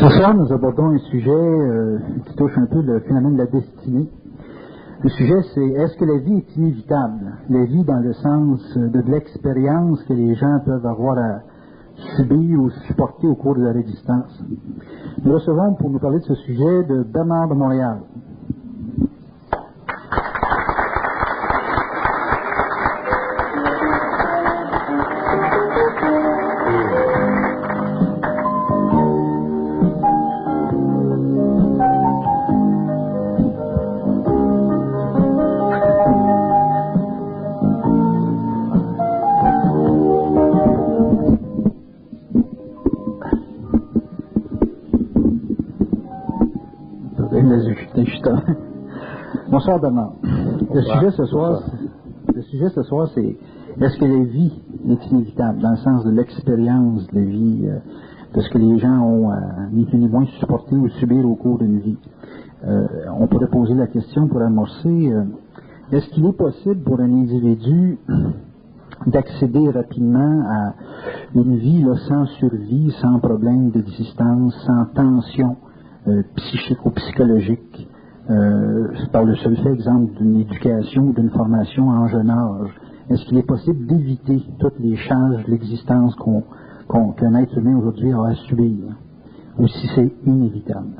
Ce soir, nous abordons un sujet qui touche un peu le phénomène de la destinée. Le sujet, c'est est-ce que la vie est inévitable? La vie dans le sens de l'expérience que les gens peuvent avoir à subir ou supporter au cours de la résistance. Nous recevons pour nous parler de ce sujet de Bernard de Montréal. Bonsoir Bernard. Le sujet ce soir, c'est est-ce que la vie est inévitable dans le sens de l'expérience de la vie, de ce que les gens ont ni plus ni moins supporté ou subir au cours d'une vie. On pourrait poser la question pour amorcer, est-ce qu'il est possible pour un individu d'accéder rapidement à une vie là, sans survie, sans problème d'existence, sans tension psychique ou psychologique, par le seul fait, exemple, d'une éducation ou d'une formation en jeune âge? Est-ce qu'il est possible d'éviter toutes les charges de l'existence qu'un être humain aujourd'hui a à subir, ou si c'est inévitable?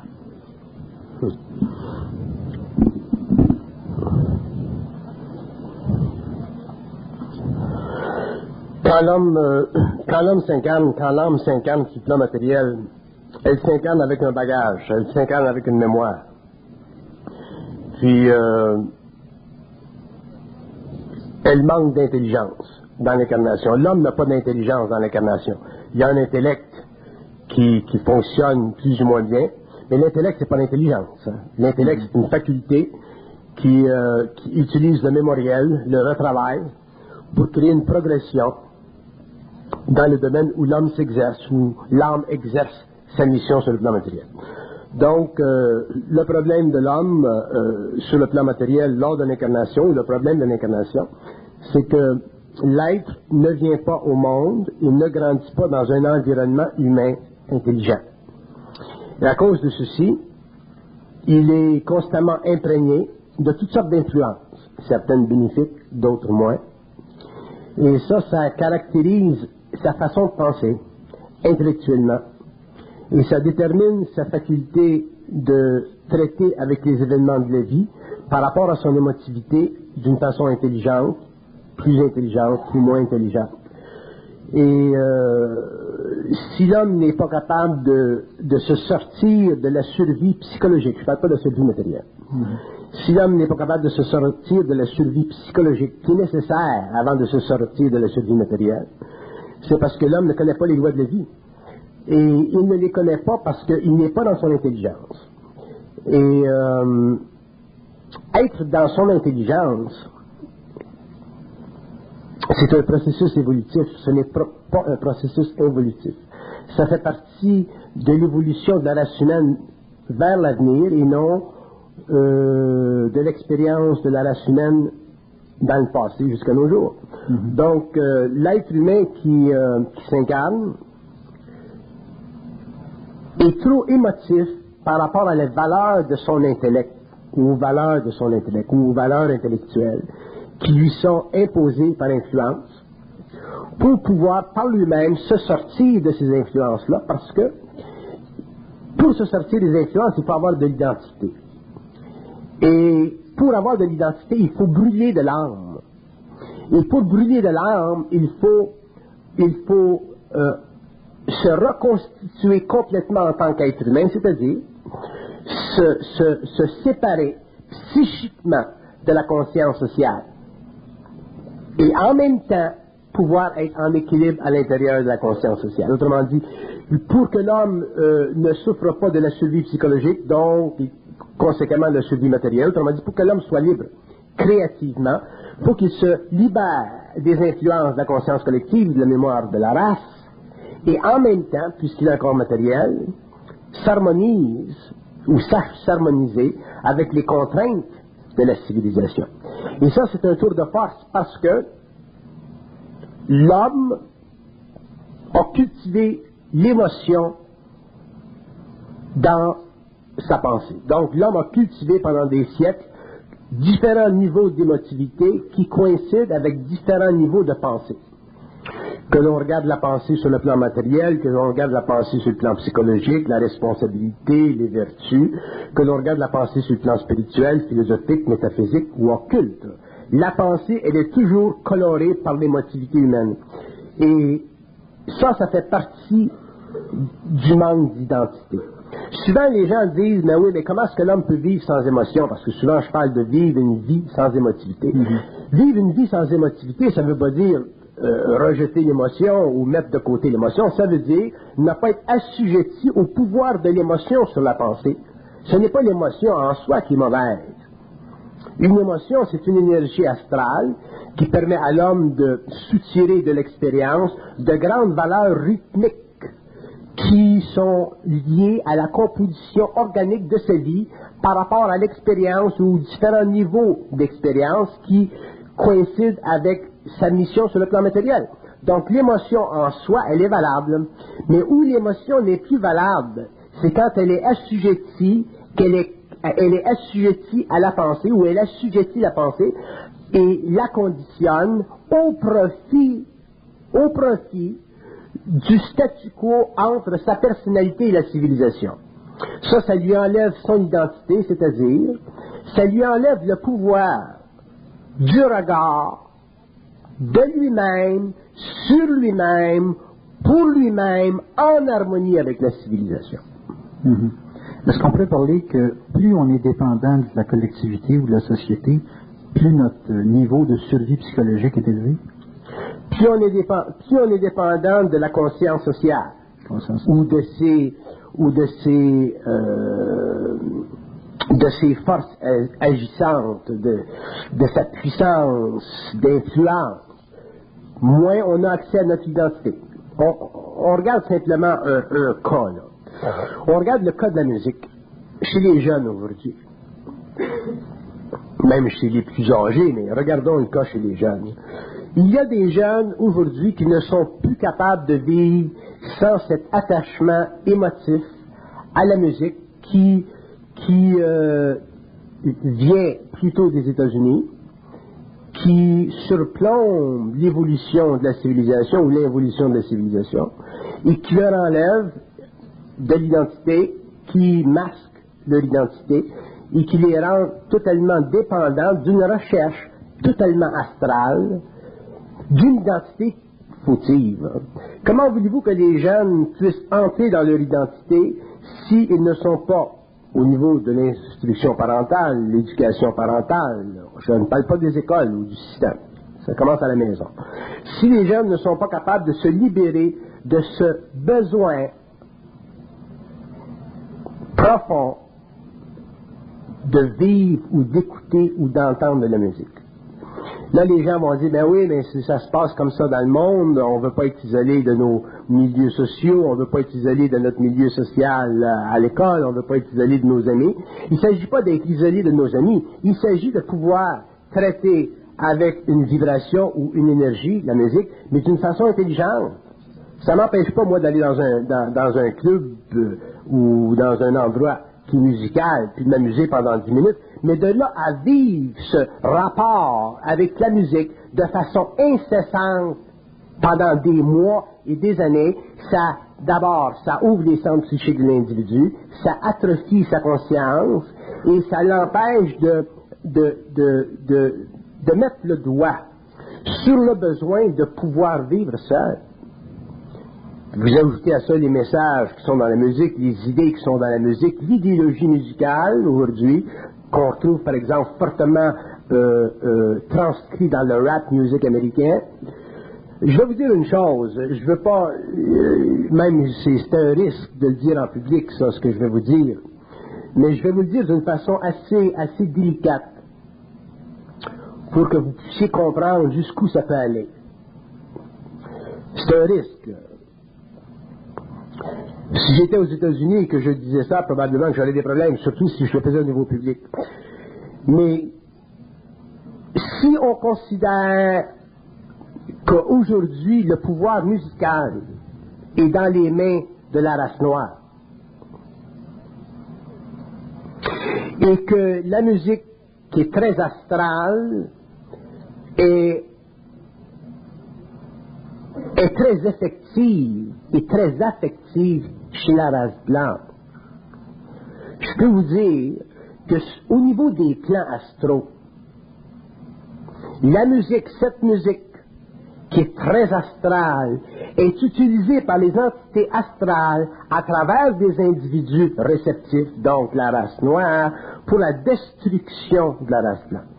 Quand l'homme s'incarne sur le plan matériel, elle s'incarne avec un bagage, elle s'incarne avec une mémoire. Puis, elle manque d'intelligence dans l'incarnation. L'homme n'a pas d'intelligence dans l'incarnation. Il y a un intellect qui fonctionne plus ou moins bien, mais l'intellect, c'est pas l'intelligence. Hein. L'intellect, c'est une faculté qui utilise le mémoriel, le retravail, pour créer une progression dans le domaine où l'homme s'exerce, où l'âme exerce sa mission sur le plan matériel. Donc, le problème de l'homme sur le plan matériel lors de l'incarnation, ou le problème de l'incarnation, c'est que l'être ne vient pas au monde, il ne grandit pas dans un environnement humain intelligent. Et à cause de ceci, il est constamment imprégné de toutes sortes d'influences, certaines bénéfiques, d'autres moins. Et ça caractérise sa façon de penser, intellectuellement. Et ça détermine sa faculté de traiter avec les événements de la vie par rapport à son émotivité d'une façon intelligente, plus moins intelligente. Et si l'homme n'est pas capable de se sortir de la survie psychologique, je ne parle pas de la survie matérielle, si l'homme n'est pas capable de se sortir de la survie psychologique qui est nécessaire avant de se sortir de la survie matérielle, c'est parce que l'homme ne connaît pas les lois de la vie. Et il ne les connaît pas parce qu'il n'est pas dans son intelligence. Et être dans son intelligence, c'est un processus évolutif, ce n'est pas un processus involutif. Ça fait partie de l'évolution de la race humaine vers l'avenir et non de l'expérience de la race humaine dans le passé jusqu'à nos jours. Donc, l'être humain qui s'incarne est trop émotif par rapport à la valeur de son intellect, ou aux valeurs de son intellect, ou aux valeurs intellectuelles qui lui sont imposées par influence, pour pouvoir par lui-même se sortir de ces influences-là, parce que pour se sortir des influences, il faut avoir de l'identité. Et pour avoir de l'identité, il faut brûler de l'âme. Et pour brûler de l'âme, il faut se reconstituer complètement en tant qu'être humain, c'est-à-dire se séparer psychiquement de la conscience sociale et en même temps pouvoir être en équilibre à l'intérieur de la conscience sociale. Autrement dit, pour que l'homme ne souffre pas de la survie psychologique, donc conséquemment de la survie matérielle, autrement dit, pour que l'homme soit libre créativement, il faut qu'il se libère des influences de la conscience collective, de la mémoire de la race, et en même temps, puisqu'il est un corps matériel, s'harmonise ou sache s'harmoniser avec les contraintes de la civilisation. Et ça, c'est un tour de force parce que l'homme a cultivé l'émotion dans sa pensée. Donc l'homme a cultivé pendant des siècles différents niveaux d'émotivité qui coïncident avec différents niveaux de pensée. Que l'on regarde la pensée sur le plan matériel, que l'on regarde la pensée sur le plan psychologique, la responsabilité, les vertus, que l'on regarde la pensée sur le plan spirituel, philosophique, métaphysique ou occulte. La pensée, elle est toujours colorée par l'émotivité humaine. Et ça fait partie du manque d'identité. Souvent, les gens disent, mais oui, mais comment est-ce que l'homme peut vivre sans émotion? Parce que souvent, je parle de vivre une vie sans émotivité. Vivre une vie sans émotivité, ça ne veut pas dire rejeter l'émotion ou mettre de côté l'émotion. Ça veut dire ne pas être assujetti au pouvoir de l'émotion sur la pensée. Ce n'est pas l'émotion en soi qui est mauvaise. Une émotion, c'est une énergie astrale qui permet à l'homme de soutirer de l'expérience de grandes valeurs rythmiques qui sont liées à la composition organique de sa vie par rapport à l'expérience ou différents niveaux d'expérience qui coïncident avec sa mission sur le plan matériel. Donc l'émotion en soi, elle est valable, mais où l'émotion n'est plus valable, c'est quand elle est assujettie, elle est assujettie à la pensée, ou elle assujettit la pensée et la conditionne au profit du statu quo entre sa personnalité et la civilisation. Ça lui enlève son identité, c'est-à-dire, ça lui enlève le pouvoir du regard de lui-même, sur lui-même, pour lui-même, en harmonie avec la civilisation. Est-ce qu'on pourrait parler que plus on est dépendant de la collectivité ou de la société, plus notre niveau de survie psychologique est élevé? Plus on est dépendant de la conscience sociale, ou de ses forces agissantes, de sa puissance d'influence, moins on a accès à notre identité. On regarde simplement un cas, là. On regarde le cas de la musique. Chez les jeunes aujourd'hui, même chez les plus âgés, mais regardons le cas chez les jeunes. Il y a des jeunes aujourd'hui qui ne sont plus capables de vivre sans cet attachement émotif à la musique qui vient plutôt des États-Unis, qui surplombe l'évolution de la civilisation ou l'évolution de la civilisation et qui leur enlève de l'identité, qui masque leur identité et qui les rend totalement dépendants d'une recherche totalement astrale, d'une identité fautive. Comment voulez-vous que les jeunes puissent entrer dans leur identité s'ils ne sont pas au niveau de l'instruction parentale, l'éducation parentale? Je ne parle pas des écoles ou du système. Ça commence à la maison. Si les jeunes ne sont pas capables de se libérer de ce besoin profond de vivre ou d'écouter ou d'entendre de la musique. Là, les gens vont dire, ben oui, mais si ça se passe comme ça dans le monde, on ne veut pas être isolé de nos milieux sociaux, on ne veut pas être isolé de notre milieu social à l'école, on ne veut pas être isolé de nos amis. Il ne s'agit pas d'être isolé de nos amis, il s'agit de pouvoir traiter avec une vibration ou une énergie, la musique, mais d'une façon intelligente. Ça ne m'empêche pas, moi, d'aller dans un club ou dans un endroit qui est musical, puis de m'amuser pendant 10 minutes, mais de là à vivre ce rapport avec la musique de façon incessante pendant des mois et des années, d'abord, ça ouvre les centres psychiques de l'individu, ça atrophie sa conscience et ça l'empêche de mettre le doigt sur le besoin de pouvoir vivre seul. Vous ajoutez à ça les messages qui sont dans la musique, les idées qui sont dans la musique, l'idéologie musicale aujourd'hui, qu'on retrouve par exemple fortement transcrit dans le rap music américain. Je vais vous dire une chose, je veux pas, même c'est un risque de le dire en public, ça, ce que je vais vous dire, mais je vais vous le dire d'une façon assez délicate pour que vous puissiez comprendre jusqu'où ça peut aller. C'est un risque. Si j'étais aux États-Unis et que je disais ça, probablement que j'aurais des problèmes, surtout si je le faisais au niveau public. Mais si on considère qu'aujourd'hui, le pouvoir musical est dans les mains de la race noire, et que la musique qui est très astrale est très effective et très affective chez la race blanche. Je peux vous dire qu'au niveau des plans astraux, la musique, cette musique qui est très astrale, est utilisée par les entités astrales à travers des individus réceptifs, donc la race noire, pour la destruction de la race blanche.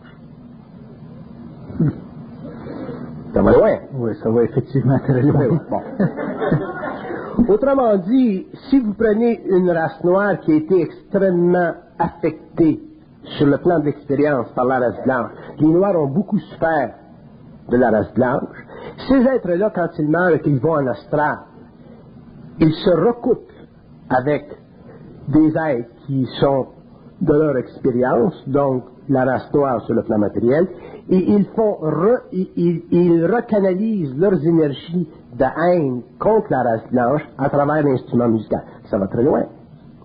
Ça va loin. Oui, ça va effectivement très loin. Oui, bon. Autrement dit, si vous prenez une race noire qui a été extrêmement affectée sur le plan de l'expérience par la race blanche, les Noirs ont beaucoup souffert de la race blanche, ces êtres-là, quand ils meurent et qu'ils vont en astral, ils se recoupent avec des êtres qui sont de leur expérience, donc la race noire sur le plan matériel, et ils recanalisent leurs énergies de haine contre la race blanche à travers l'instrument musical. Ça va très loin.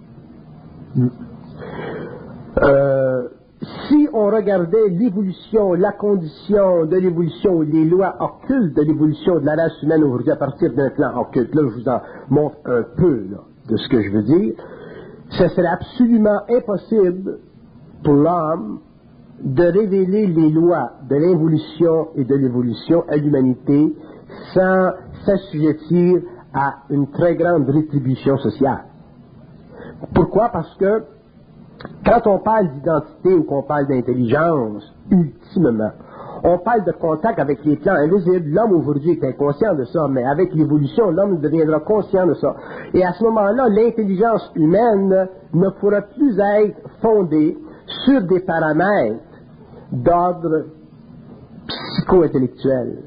Si on regardait l'évolution, la condition de l'évolution, les lois occultes de l'évolution de la race humaine aujourd'hui à partir d'un plan occulte, là je vous en montre un peu là, de ce que je veux dire, ce serait absolument impossible pour l'homme de révéler les lois de l'involution et de l'évolution à l'humanité sans s'assujettir à une très grande rétribution sociale. Pourquoi? Parce que quand on parle d'identité ou qu'on parle d'intelligence, ultimement, on parle de contact avec les plans invisibles. L'homme aujourd'hui est inconscient de ça, mais avec l'évolution, l'homme deviendra conscient de ça. Et à ce moment-là, l'intelligence humaine ne pourra plus être fondée sur des paramètres d'ordre psycho-intellectuel.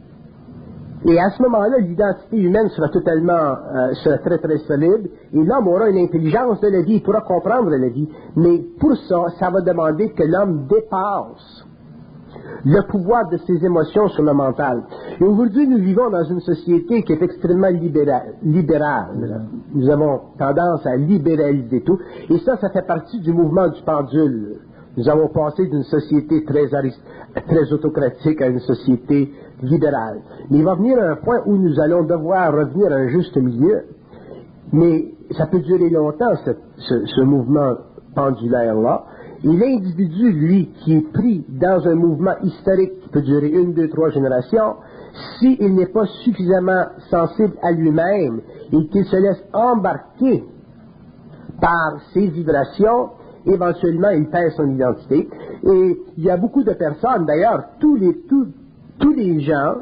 Et à ce moment-là, l'identité humaine sera sera très très solide, et l'homme aura une intelligence de la vie, il pourra comprendre la vie. Mais pour ça, ça va demander que l'homme dépasse le pouvoir de ses émotions sur le mental. Et aujourd'hui, nous vivons dans une société qui est extrêmement libérale. Nous avons tendance à libéraliser tout, et ça fait partie du mouvement du pendule. Nous avons passé d'une société très autocratique à une société libérale. Mais il va venir un point où nous allons devoir revenir à un juste milieu. Mais ça peut durer longtemps, ce mouvement pendulaire-là. Et l'individu, lui, qui est pris dans un mouvement historique qui peut durer 1, 2, 3 générations, s'il n'est pas suffisamment sensible à lui-même et qu'il se laisse embarquer par ses vibrations, éventuellement, il perd son identité. Et il y a beaucoup de personnes, d'ailleurs, tous les gens,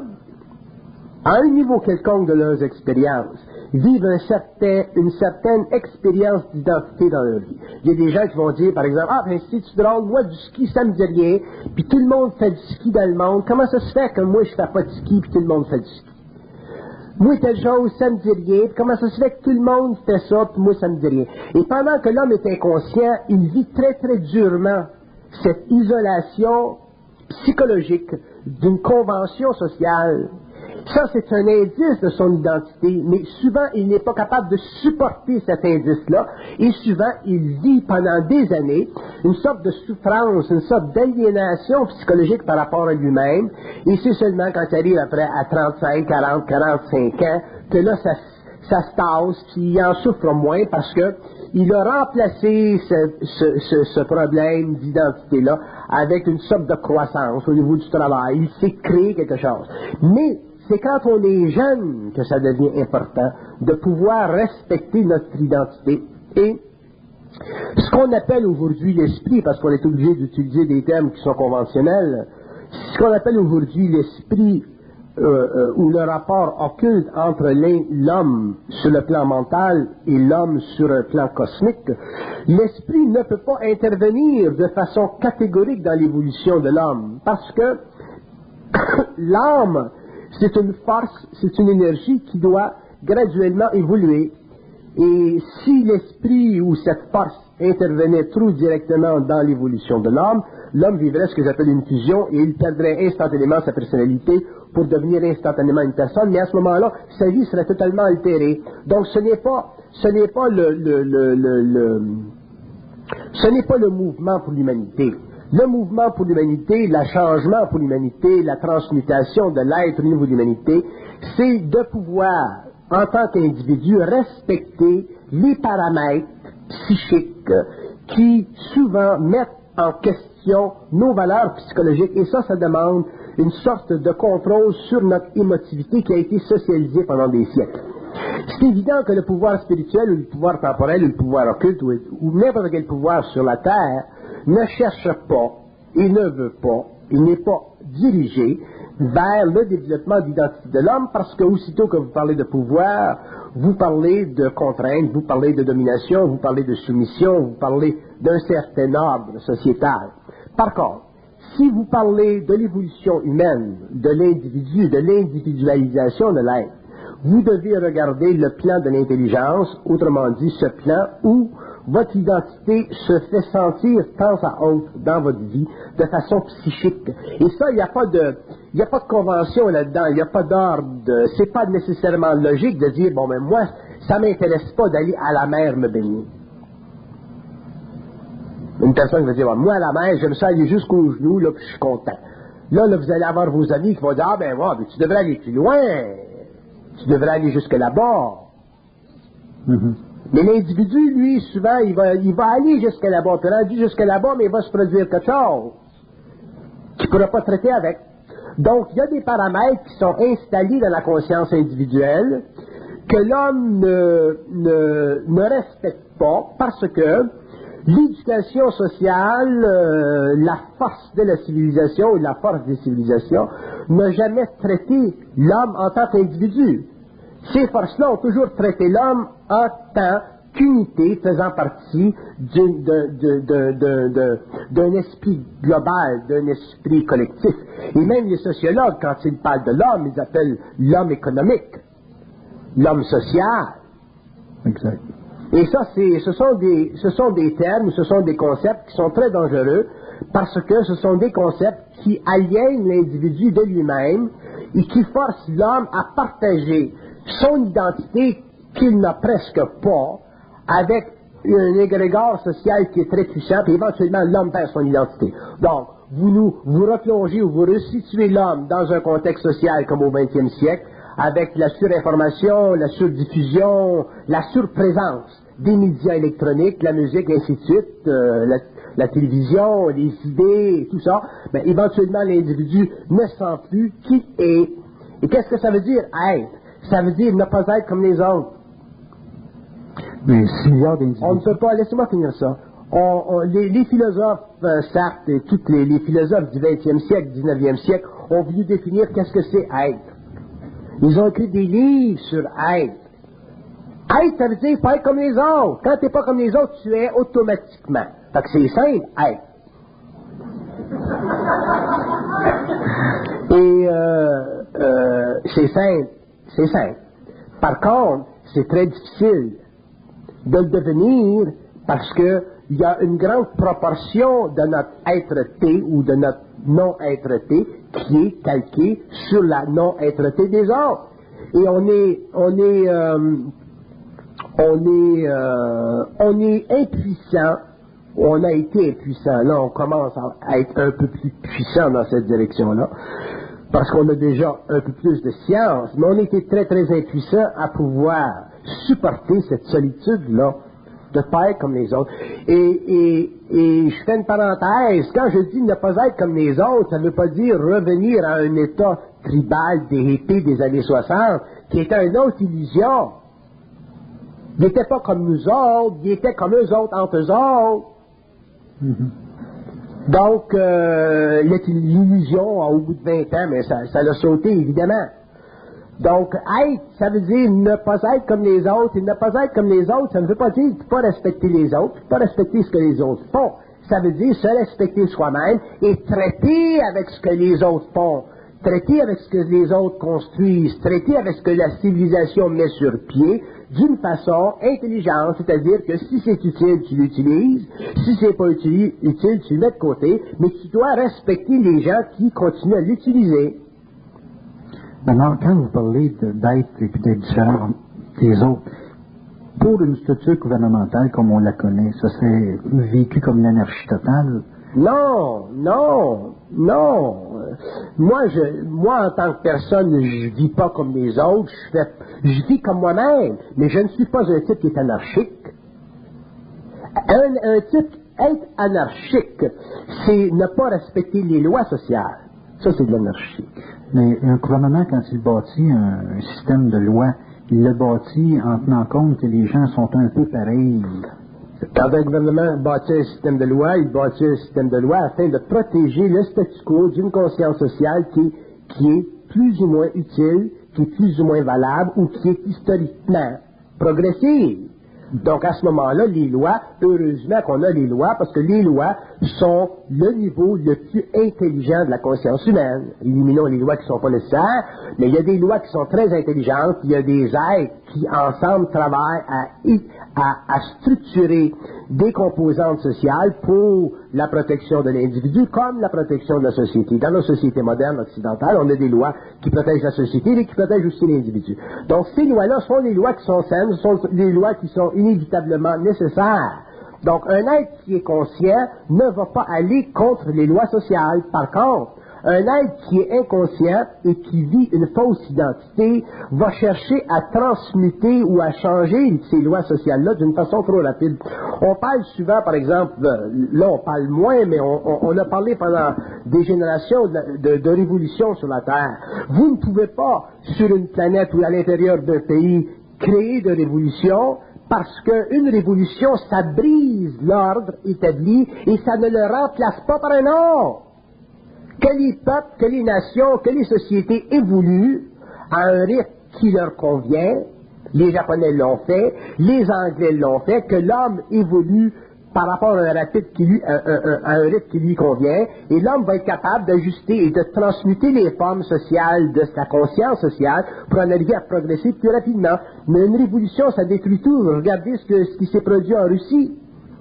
à un niveau quelconque de leurs expériences, vivent une certaine expérience d'identité dans leur vie. Il y a des gens qui vont dire, par exemple, ah, ben, c'est-tu drôle, moi, du ski, ça me dit rien, puis tout le monde fait du ski dans le monde, comment ça se fait que moi, je fais pas de ski, puis tout le monde fait du ski? Moi, telle chose, ça me dit rien. Puis comment ça se fait que tout le monde fait ça, puis moi, ça me dit rien. Et pendant que l'homme est inconscient, il vit très, très durement cette isolation psychologique d'une convention sociale. Ça, c'est un indice de son identité, mais souvent, il n'est pas capable de supporter cet indice-là, et souvent, il vit pendant des années une sorte de souffrance, une sorte d'aliénation psychologique par rapport à lui-même, et c'est seulement quand il arrive après à 35, 40, 45 ans, que là, ça se tasse, puis il en souffre moins parce que il a remplacé ce problème d'identité-là avec une sorte de croissance au niveau du travail. Il s'est créé quelque chose. Mais c'est quand on est jeune que ça devient important de pouvoir respecter notre identité. Et ce qu'on appelle aujourd'hui l'esprit, parce qu'on est obligé d'utiliser des termes qui sont conventionnels, ce qu'on appelle aujourd'hui l'esprit ou le rapport occulte entre l'homme sur le plan mental et l'homme sur un plan cosmique, l'esprit ne peut pas intervenir de façon catégorique dans l'évolution de l'homme, parce que l'âme, c'est une force, c'est une énergie qui doit graduellement évoluer. Et si l'esprit ou cette force intervenait trop directement dans l'évolution de l'homme, l'homme vivrait ce que j'appelle une fusion et il perdrait instantanément sa personnalité pour devenir instantanément une personne, mais à ce moment-là, sa vie serait totalement altérée. Donc ce n'est pas Ce n'est pas le mouvement pour l'humanité. Le mouvement pour l'humanité, le changement pour l'humanité, la transmutation de l'être au niveau de l'humanité, c'est de pouvoir, en tant qu'individu, respecter les paramètres psychiques qui souvent mettent en question nos valeurs psychologiques. Et ça demande une sorte de contrôle sur notre émotivité qui a été socialisée pendant des siècles. C'est évident que le pouvoir spirituel ou le pouvoir temporel ou le pouvoir occulte ou n'importe quel pouvoir sur la Terre ne cherche pas et ne veut pas, il n'est pas dirigé vers le développement d'identité de l'homme parce que aussitôt que vous parlez de pouvoir, vous parlez de contraintes, vous parlez de domination, vous parlez de soumission, vous parlez d'un certain ordre sociétal. Par contre, si vous parlez de l'évolution humaine, de l'individu, de l'individualisation de l'être, vous devez regarder le plan de l'intelligence, autrement dit ce plan où votre identité se fait sentir temps à autre dans votre vie de façon psychique. Et ça, il n'y a pas de convention là-dedans, il n'y a pas d'ordre, c'est pas nécessairement logique de dire, bon, mais moi, ça m'intéresse pas d'aller à la mer me baigner. Une personne va dire, bon, moi, à la mer, j'aime ça aller jusqu'aux genoux, là, puis je suis content. Là, vous allez avoir vos amis qui vont dire, ah, ben, ouais, mais tu devrais aller plus loin. Tu devrais aller jusque là-bas. Mm-hmm. Mais l'individu, lui, souvent, il va aller jusque là-bas. Puis rendu jusque là-bas, mais il va se produire quelque chose qu'il ne pourra pas traiter avec. Donc, il y a des paramètres qui sont installés dans la conscience individuelle que l'homme ne respecte pas parce que l'éducation sociale, la force de la civilisation et la force des civilisations n'a jamais traité l'homme en tant qu'individu. Ces forces-là ont toujours traité l'homme en tant qu'unité faisant partie d'un esprit global, d'un esprit collectif. Et même les sociologues, quand ils parlent de l'homme, ils appellent l'homme économique, l'homme social. Exact. Et ça, ce sont des termes, ce sont des concepts qui sont très dangereux parce que ce sont des concepts qui aliènent l'individu de lui-même et qui forcent l'homme à partager son identité qu'il n'a presque pas avec un égrégore social qui est très puissant, puis éventuellement l'homme perd son identité. Donc, vous replongez ou vous resituez l'homme dans un contexte social comme au XXe siècle, avec la surinformation, la surdiffusion, la surprésence des médias électroniques, la musique, et ainsi de suite, la télévision, les idées, tout ça, ben, éventuellement l'individu ne sent plus qui est. Et qu'est-ce que ça veut dire, être? Ça veut dire ne pas être comme les autres. Mais s'il y a d'individus... On ne peut pas, laissez-moi finir ça. Les philosophes, Sartre et tous les philosophes du 20e siècle, 19e siècle, ont voulu définir qu'est-ce que c'est être. Ils ont écrit des livres sur être. Être, ça veut dire pas être comme les autres. Quand tu n'es pas comme les autres, tu es automatiquement. Fait que c'est simple, être. Et c'est simple. C'est simple. Par contre, c'est très difficile de le devenir parce que il y a une grande proportion de notre être-té ou de notre non-être-té qui est calquée sur la non-être-té des autres. Et on est impuissant, on a été impuissant. Là, on commence à être un peu plus puissant dans cette direction-là, parce qu'on a déjà un peu plus de science, mais on était très, très impuissant à pouvoir supporter cette solitude-là, de ne pas être comme les autres. Et je fais une parenthèse, quand je dis ne pas être comme les autres, ça ne veut pas dire revenir à un état tribal des hippies des années 60, qui était une autre illusion. Ils n'étaient pas comme nous autres, ils étaient comme eux autres entre eux autres. Mm-hmm. Donc, l'illusion, au bout de 20 ans, mais ça l'a sauté, évidemment. Donc, être, ça veut dire ne pas être comme les autres. Et ne pas être comme les autres, ça ne veut pas dire ne pas respecter les autres, ne pas respecter ce que les autres font. Ça veut dire se respecter soi-même et traiter avec ce que les autres font, traiter avec ce que les autres construisent, traiter avec ce que la civilisation met sur pied d'une façon intelligente, c'est-à-dire que si c'est utile, tu l'utilises, si c'est pas utile, tu le mets de côté, mais tu dois respecter les gens qui continuent à l'utiliser. Maintenant, quand vous parlez d'être et puis d'être différent des autres, pour une structure gouvernementale comme on la connaît, ça serait vécu comme l'anarchie totale? Non. Moi, en tant que personne, je vis pas comme les autres, je vis comme moi-même, mais je ne suis pas un type qui est anarchique. Un type, être anarchique, c'est ne pas respecter les lois sociales. Ça, c'est de l'anarchie. Mais un gouvernement, quand il bâtit un système de loi, il le bâtit en tenant compte que les gens sont un peu pareils. Quand un gouvernement bâtit un système de loi, il bâtit un système de loi afin de protéger le statu quo d'une conscience sociale qui est plus ou moins utile, qui est plus ou moins valable ou qui est historiquement progressive. Donc, à ce moment-là, les lois, heureusement qu'on a les lois, parce que les lois sont le niveau le plus intelligent de la conscience humaine. Éliminons les lois qui ne sont pas nécessaires, mais il y a des lois qui sont très intelligentes, il y a des êtres qui, ensemble, travaillent à structurer des composantes sociales pour la protection de l'individu comme la protection de la société. Dans nos sociétés modernes occidentales, on a des lois qui protègent la société et qui protègent aussi l'individu. Donc, ces lois-là sont les lois qui sont saines, sont les lois qui sont inévitablement nécessaires. Donc, un être qui est conscient ne va pas aller contre les lois sociales. Par contre, un être qui est inconscient et qui vit une fausse identité va chercher à transmuter ou à changer ces lois sociales-là d'une façon trop rapide. On parle souvent, par exemple, là on parle moins, mais on a parlé pendant des générations de révolution sur la Terre. Vous ne pouvez pas, sur une planète ou à l'intérieur d'un pays, créer de révolution parce qu'une révolution, ça brise l'ordre établi et ça ne le remplace pas par un autre. Que les peuples, que les nations, que les sociétés évoluent à un rythme qui leur convient, les Japonais l'ont fait, les Anglais l'ont fait, que l'homme évolue par rapport à un rythme qui lui convient, et l'homme va être capable d'ajuster et de transmuter les formes sociales de sa conscience sociale pour en arriver à progresser plus rapidement. Mais une révolution, ça détruit tout. Regardez ce qui s'est produit en Russie.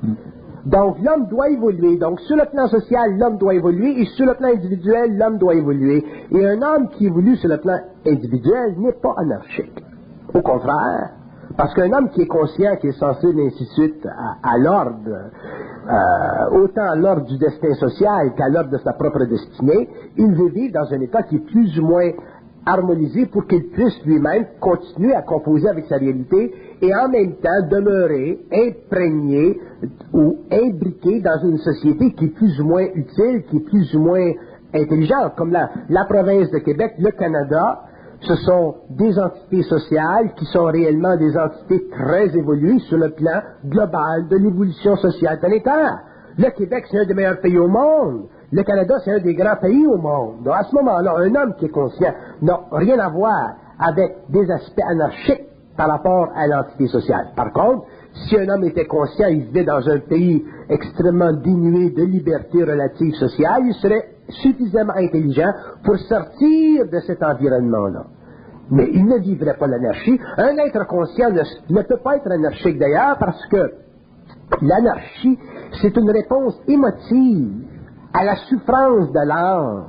Donc, l'homme doit évoluer. Donc, sur le plan social, l'homme doit évoluer, et sur le plan individuel, l'homme doit évoluer. Et un homme qui évolue sur le plan individuel n'est pas anarchique. Au contraire, parce qu'un homme qui est conscient, qui est sensible, et ainsi de suite, à l'ordre, autant à l'ordre du destin social qu'à l'ordre de sa propre destinée, il veut vivre dans un état qui est plus ou moins harmonisé pour qu'il puisse lui-même continuer à composer avec sa réalité et en même temps demeurer imprégné ou imbriqué dans une société qui est plus ou moins utile, qui est plus ou moins intelligente, comme la province de Québec, le Canada. Ce sont des entités sociales qui sont réellement des entités très évoluées sur le plan global de l'évolution sociale planétaire. Le Québec, c'est un des meilleurs pays au monde. Le Canada, c'est un des grands pays au monde. Donc, à ce moment-là, un homme qui est conscient n'a rien à voir avec des aspects anarchiques par rapport à l'entité sociale. Par contre, si un homme était conscient, il vivait dans un pays extrêmement dénué de liberté relative sociale, il serait suffisamment intelligent pour sortir de cet environnement-là. Mais il ne vivrait pas l'anarchie. Un être conscient ne peut pas être anarchique d'ailleurs parce que l'anarchie, c'est une réponse émotive à la souffrance de l'âme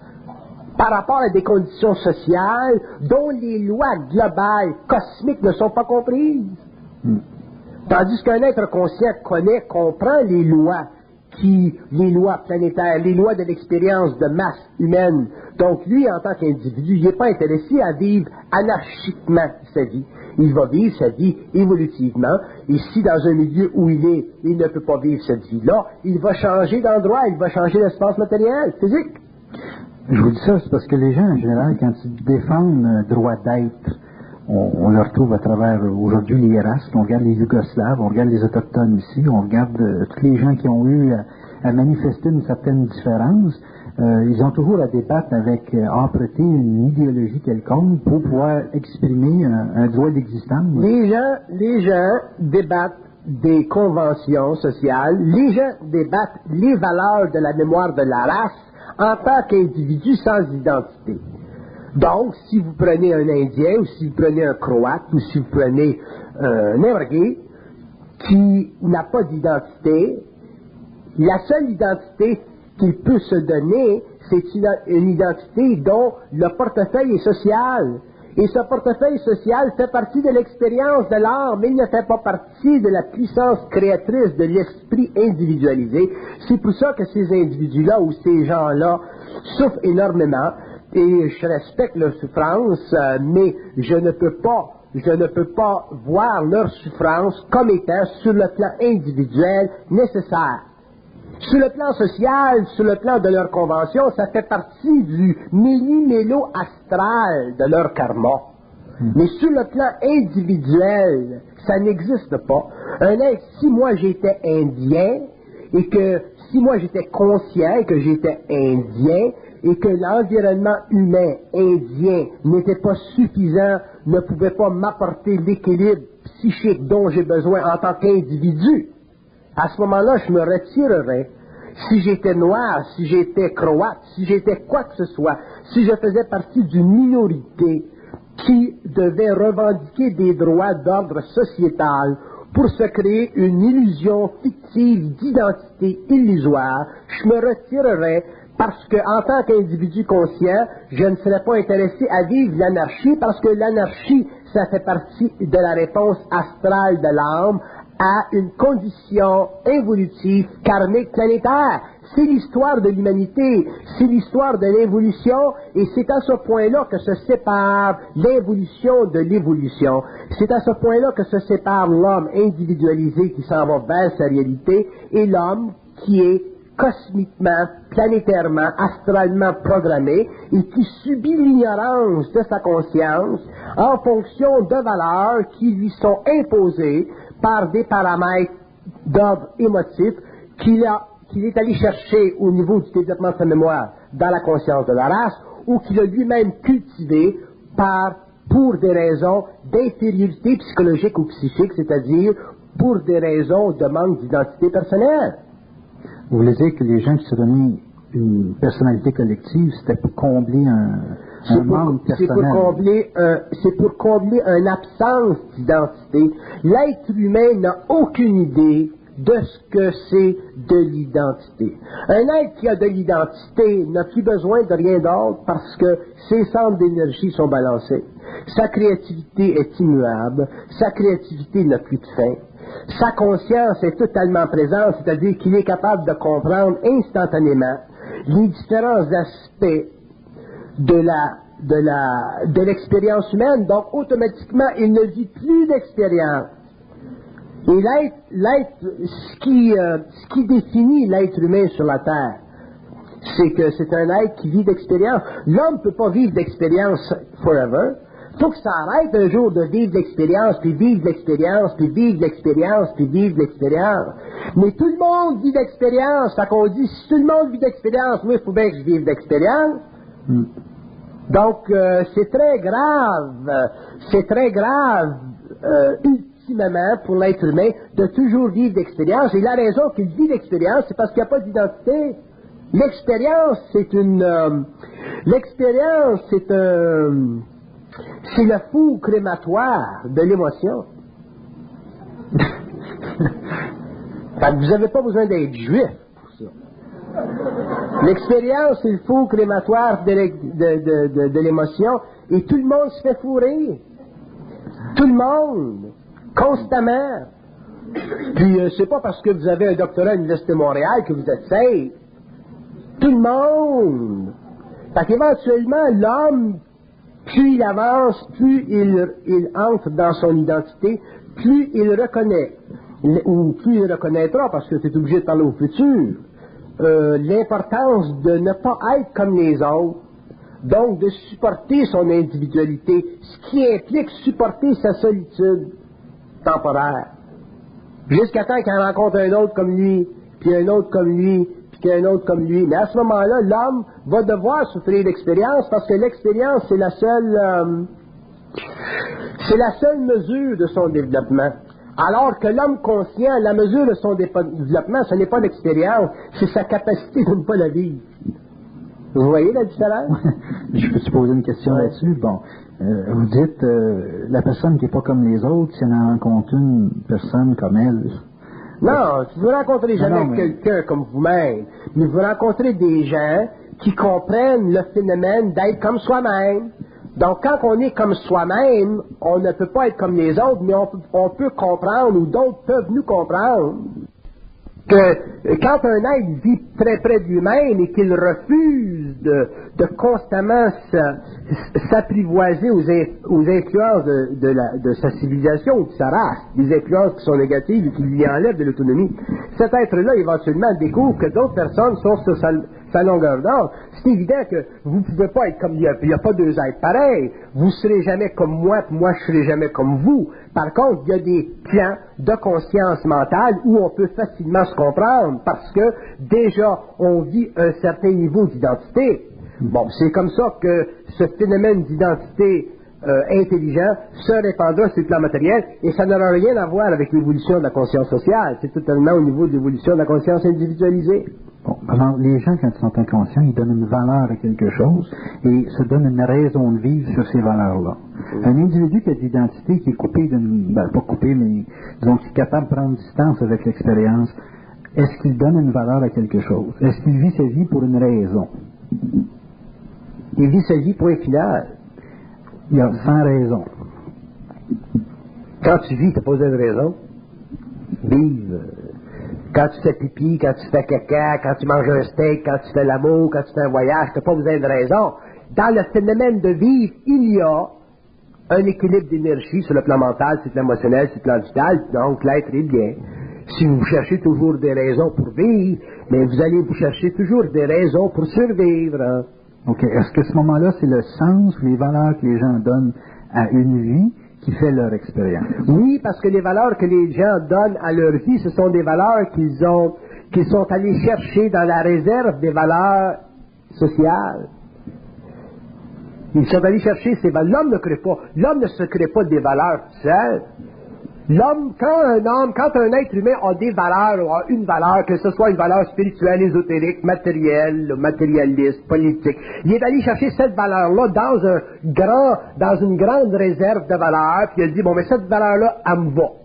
par rapport à des conditions sociales dont les lois globales, cosmiques ne sont pas comprises. Tandis qu'un être conscient comprend les lois planétaires, les lois de l'expérience de masse humaine. Donc lui, en tant qu'individu, il n'est pas intéressé à vivre anarchiquement sa vie. Il va vivre sa vie évolutivement, et si dans un milieu où il ne peut pas vivre cette vie-là, il va changer d'endroit, il va changer d'espace matériel, physique. Je vous dis ça, c'est parce que les gens, en général, quand ils défendent un droit d'être, on le retrouve à travers, aujourd'hui, les races, on regarde les Yougoslaves, on regarde les Autochtones ici, on regarde tous les gens qui ont eu à manifester une certaine différence. Ils ont toujours à débattre avec, emprunter une idéologie quelconque pour pouvoir exprimer un droit d'existence. Les gens débattent des conventions sociales, les gens débattent les valeurs de la mémoire de la race en tant qu'individu sans identité. Donc, si vous prenez un Indien, ou si vous prenez un Croate, ou si vous prenez un Néerlandais qui n'a pas d'identité, la seule identité qu'il peut se donner, c'est une identité dont le portefeuille est social. Et ce portefeuille social fait partie de l'expérience de l'art, mais il ne fait pas partie de la puissance créatrice de l'esprit individualisé. C'est pour ça que ces individus-là ou ces gens-là souffrent énormément. Et je respecte leur souffrance, mais je ne peux pas voir leur souffrance comme étant, sur le plan individuel, nécessaire. Sur le plan social, sur le plan de leur convention, ça fait partie du méli-mélo astral de leur karma. Mais sur le plan individuel, ça n'existe pas. Un être, si moi j'étais indien, et que si moi j'étais conscient que j'étais indien, et que l'environnement humain indien n'était pas suffisant, ne pouvait pas m'apporter l'équilibre psychique dont j'ai besoin en tant qu'individu, à ce moment-là, je me retirerais. Si j'étais noir, si j'étais croate, si j'étais quoi que ce soit, si je faisais partie d'une minorité qui devait revendiquer des droits d'ordre sociétal pour se créer une illusion fictive d'identité illusoire, je me retirerais parce que, en tant qu'individu conscient, je ne serais pas intéressé à vivre l'anarchie parce que l'anarchie, ça fait partie de la réponse astrale de l'âme à une condition évolutive, karmique, planétaire. C'est l'histoire de l'humanité, c'est l'histoire de l'évolution, et c'est à ce point-là que se sépare l'évolution de l'évolution. C'est à ce point-là que se sépare l'homme individualisé qui s'en va vers sa réalité et l'homme qui est cosmiquement, planétairement, astralement programmé et qui subit l'ignorance de sa conscience en fonction de valeurs qui lui sont imposées par des paramètres d'ordre émotif qu'il est allé chercher au niveau du développement de sa mémoire dans la conscience de la race ou qu'il a lui-même cultivé pour des raisons d'infériorité psychologique ou psychique, c'est-à-dire pour des raisons de manque d'identité personnelle. Vous voulez dire que les gens qui se donnaient une personnalité collective, c'était pour combler un manque personnel? C'est pour combler une absence d'identité. L'être humain n'a aucune idée de ce que c'est de l'identité. Un être qui a de l'identité n'a plus besoin de rien d'autre parce que ses centres d'énergie sont balancés. Sa créativité est immuable, sa créativité n'a plus de fin. Sa conscience est totalement présente, c'est-à-dire qu'il est capable de comprendre instantanément les différents aspects de l'expérience humaine, donc automatiquement il ne vit plus d'expérience. Et ce qui définit l'être humain sur la Terre, c'est que c'est un être qui vit d'expérience. L'homme ne peut pas vivre d'expérience forever. Il faut que ça arrête un jour de vivre l'expérience, puis vivre l'expérience, puis vivre l'expérience, puis vivre l'expérience. Mais tout le monde vit d'expérience. Fait qu'on dit, si tout le monde vit d'expérience, moi, il faut bien que je vive d'expérience. Donc, c'est très grave, ultimement, pour l'être humain, de toujours vivre d'expérience. Et la raison qu'il vit d'expérience, c'est parce qu'il n'y a pas d'identité. L'expérience, c'est c'est le four crématoire de l'émotion. Fait que vous n'avez pas besoin d'être juif pour ça. L'expérience, c'est le four crématoire de l'émotion, et tout le monde se fait fourrer. Tout le monde. Constamment. Puis, c'est pas parce que vous avez un doctorat à l'Université de Montréal que vous êtes safe. Tout le monde. Fait qu'éventuellement, l'homme, plus il avance, plus il entre dans son identité, plus il reconnaît, ou plus il reconnaîtra, parce que tu es obligé de parler au futur, l'importance de ne pas être comme les autres, donc de supporter son individualité, ce qui implique supporter sa solitude temporaire, jusqu'à temps qu'il rencontre un autre comme lui, puis un autre comme lui, puis un autre comme lui. Mais à ce moment-là, l'homme va devoir souffrir l'expérience parce que l'expérience, c'est la seule mesure de son développement. Alors que l'homme conscient, la mesure de son développement, ce n'est pas l'expérience, c'est sa capacité de ne pas la vivre. Vous voyez la différence? Je peux te poser une question là-dessus? Bon, vous dites, la personne qui n'est pas comme les autres, si elle en rencontre une personne comme elle... Non, vous ne rencontrez jamais quelqu'un comme vous-même, mais vous rencontrez des gens qui comprennent le phénomène d'être comme soi-même, Donc, quand on est comme soi-même, on ne peut pas être comme les autres, mais on peut comprendre, ou d'autres peuvent nous comprendre, que quand un être vit très près de lui-même et qu'il refuse de constamment s'apprivoiser aux influences de sa civilisation ou de sa race, des influences qui sont négatives et qui lui enlèvent de l'autonomie, cet être-là, éventuellement, découvre que d'autres personnes sont sur sa longueur d'onde. C'est évident que vous ne pouvez pas être comme il n'y a pas deux êtres pareils. Vous ne serez jamais comme moi, puis moi je ne serai jamais comme vous. Par contre, il y a des plans de conscience mentale où on peut facilement se comprendre parce que déjà on vit un certain niveau d'identité. Bon, c'est comme ça que ce phénomène d'identité intelligent se répandra sur le plan matériel et ça n'aura rien à voir avec l'évolution de la conscience sociale. C'est totalement au niveau de l'évolution de la conscience individualisée. Bon, alors, les gens, quand ils sont inconscients, ils donnent une valeur à quelque chose et se donnent une raison de vivre sur ces valeurs-là. Un individu qui a de l'identité, qui est coupé pas coupé, mais disons qui est capable de prendre distance avec l'expérience, est-ce qu'il donne une valeur à quelque chose? Est-ce qu'il vit sa vie pour une raison? Il vit sa vie point final. Il y a 100 raisons. Quand tu vis, tu n'as pas besoin de raison. Vive. Quand tu fais pipi, quand tu fais caca, quand tu manges un steak, quand tu fais l'amour, quand tu fais un voyage, tu n'as pas besoin de raison. Dans le phénomène de vivre, il y a un équilibre d'énergie sur le plan mental, sur le plan émotionnel, sur le plan vital, donc l'être est bien. Si vous cherchez toujours des raisons pour vivre, mais vous allez vous chercher toujours des raisons pour survivre. Hein? OK. Est-ce que ce moment-là, c'est le sens ou les valeurs que les gens donnent à une vie qui fait leur expérience? Oui, parce que les valeurs que les gens donnent à leur vie, ce sont des valeurs qu'ils sont allés chercher dans la réserve des valeurs sociales. Ils sont allés chercher ces valeurs. L'homme ne se crée pas des valeurs seules. L'homme, quand un être humain a des valeurs, ou a une valeur, que ce soit une valeur spirituelle, ésotérique, matérielle, matérialiste, politique, il est allé chercher cette valeur-là dans une grande réserve de valeurs, puis il dit, bon, mais cette valeur-là, elle me va.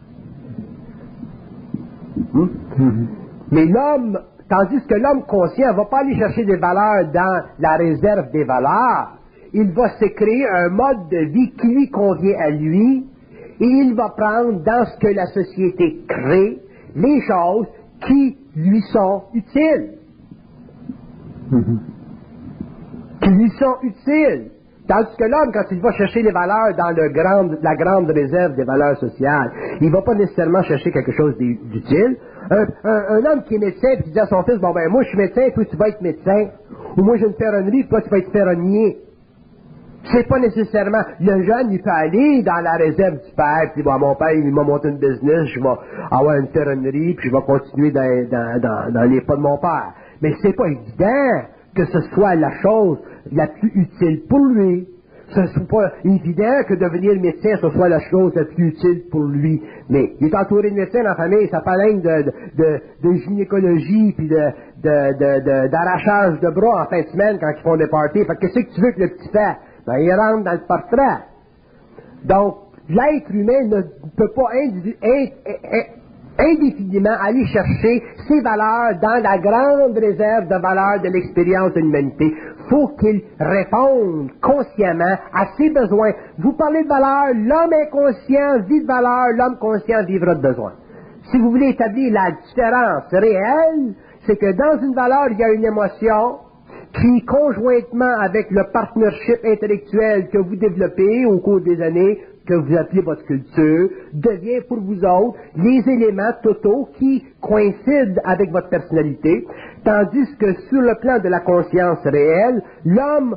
Mais l'homme, tandis que l'homme conscient ne va pas aller chercher des valeurs dans la réserve des valeurs, il va se créer un mode de vie qui lui convient à lui, et il va prendre dans ce que la société crée les choses qui lui sont utiles. Qui lui sont utiles. Tandis que l'homme, quand il va chercher les valeurs dans la grande réserve des valeurs sociales, il ne va pas nécessairement chercher quelque chose d'utile. Un homme qui est médecin et qui dit à son fils, bon ben moi je suis médecin, toi tu vas être médecin. Ou moi j'ai une ferronnerie, toi tu vas être ferronnier. C'est pas nécessairement, le jeune, il peut aller dans la réserve du père, puis bon, mon père, il m'a monté une business, je vais avoir une ferronnerie, puis je vais continuer dans les pas de mon père. Mais c'est pas évident que ce soit la chose la plus utile pour lui. Ce n'est pas évident que devenir médecin, ce soit la chose la plus utile pour lui. Mais il est entouré de médecins dans la famille, ça parle de gynécologie, puis d'arrachage de bras en fin de semaine quand ils font des parties. Fait que qu'est-ce que tu veux que le petit fait? Ben, il rentre dans le portrait. Donc, l'être humain ne peut pas indéfiniment aller chercher ses valeurs dans la grande réserve de valeurs de l'expérience de l'humanité. Il faut qu'il réponde consciemment à ses besoins. Vous parlez de valeurs, l'homme inconscient vit de valeurs, l'homme conscient vivra de besoins. Si vous voulez établir la différence réelle, c'est que dans une valeur, il y a une émotion qui, conjointement avec le partnership intellectuel que vous développez au cours des années, que vous appelez votre culture, devient pour vous autres les éléments totaux qui coïncident avec votre personnalité, tandis que sur le plan de la conscience réelle, l'homme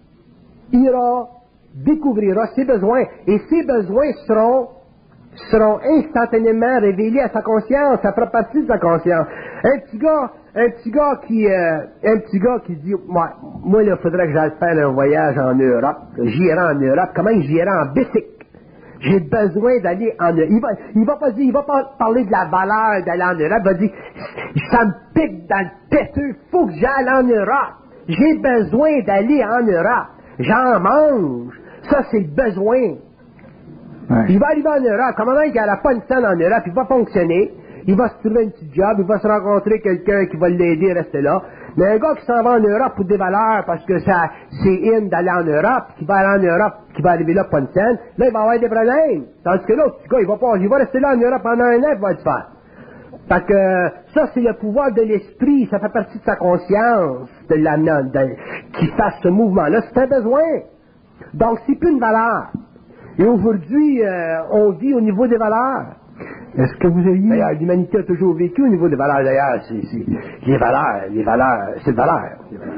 découvrira ses besoins, et ses besoins seront instantanément révélés à sa conscience, ça fera partie de sa conscience. Un petit gars qui dit, moi, il faudrait que j'aille faire un voyage en Europe. J'irai en Europe. Comment j'irai en bicycle? J'ai besoin d'aller en Europe. Il va pas parler de la valeur d'aller en Europe. Il va dire, ça me pique dans le péteux. Faut que j'aille en Europe. J'ai besoin d'aller en Europe. J'en mange. Ça, c'est le besoin. Ouais. Il va arriver en Europe. Comment il n'y aura pas une scène en Europe, il va fonctionner. il va se trouver une petite job, il va se rencontrer quelqu'un qui va l'aider à rester là. Mais un gars qui s'en va en Europe pour des valeurs parce que ça, c'est in d'aller en Europe, qui va aller en Europe, qui va arriver là pas une scène, là, il va avoir des problèmes. Tandis que l'autre petit gars, il va rester là en Europe pendant un an, il va le faire. Fait que, ça, c'est le pouvoir de l'esprit, ça fait partie de sa conscience, qui fasse ce mouvement-là, c'est un besoin. Donc, c'est plus une valeur. Et aujourd'hui, on vit au niveau des valeurs. Est-ce que vous aviez... D'ailleurs, l'humanité a toujours vécu au niveau des valeurs. D'ailleurs, les valeurs, c'est le valeur.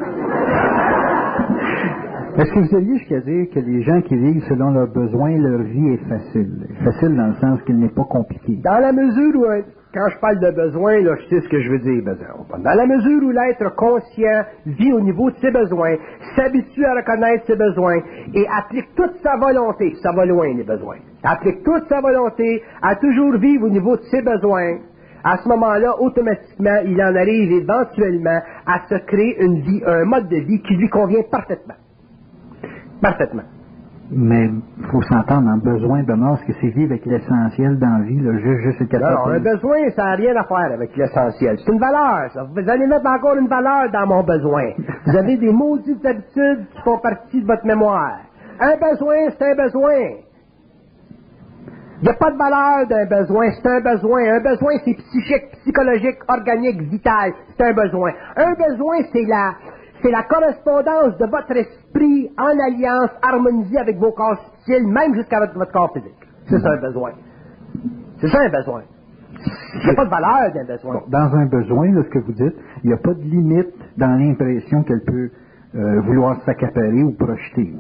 Est-ce que vous aviez jusqu'à dire que les gens qui vivent selon leurs besoins, leur vie est facile? Facile dans le sens qu'il n'est pas compliqué. Dans la mesure où, quand je parle de besoin, là, je sais ce que je veux dire. Dans la mesure où l'être conscient vit au niveau de ses besoins, s'habitue à reconnaître ses besoins et applique toute sa volonté, ça va loin les besoins, applique toute sa volonté à toujours vivre au niveau de ses besoins, à ce moment-là, automatiquement, il en arrive éventuellement à se créer une vie, un mode de vie qui lui convient parfaitement. Parfaitement. Mais il faut s'entendre en besoin de mort, parce que c'est vivre avec l'essentiel dans la vie, là, juste le Non, un besoin, ça n'a rien à faire avec l'essentiel. C'est une valeur, ça. Vous allez mettre encore une valeur dans mon besoin. Vous avez des maudites habitudes qui font partie de votre mémoire. Un besoin, c'est un besoin. Il n'y a pas de valeur d'un besoin, c'est un besoin. Un besoin, c'est psychique, psychologique, organique, vital. C'est un besoin. Un besoin, c'est la correspondance de votre esprit en alliance, harmonisée avec vos corps subtils, même jusqu'à votre corps physique. C'est ça un besoin. C'est ça un besoin. Il n'y a pas de valeur d'un besoin. Bon, dans un besoin, là, ce que vous dites, il n'y a pas de limite dans l'impression qu'elle peut vouloir s'accaparer ou projeter.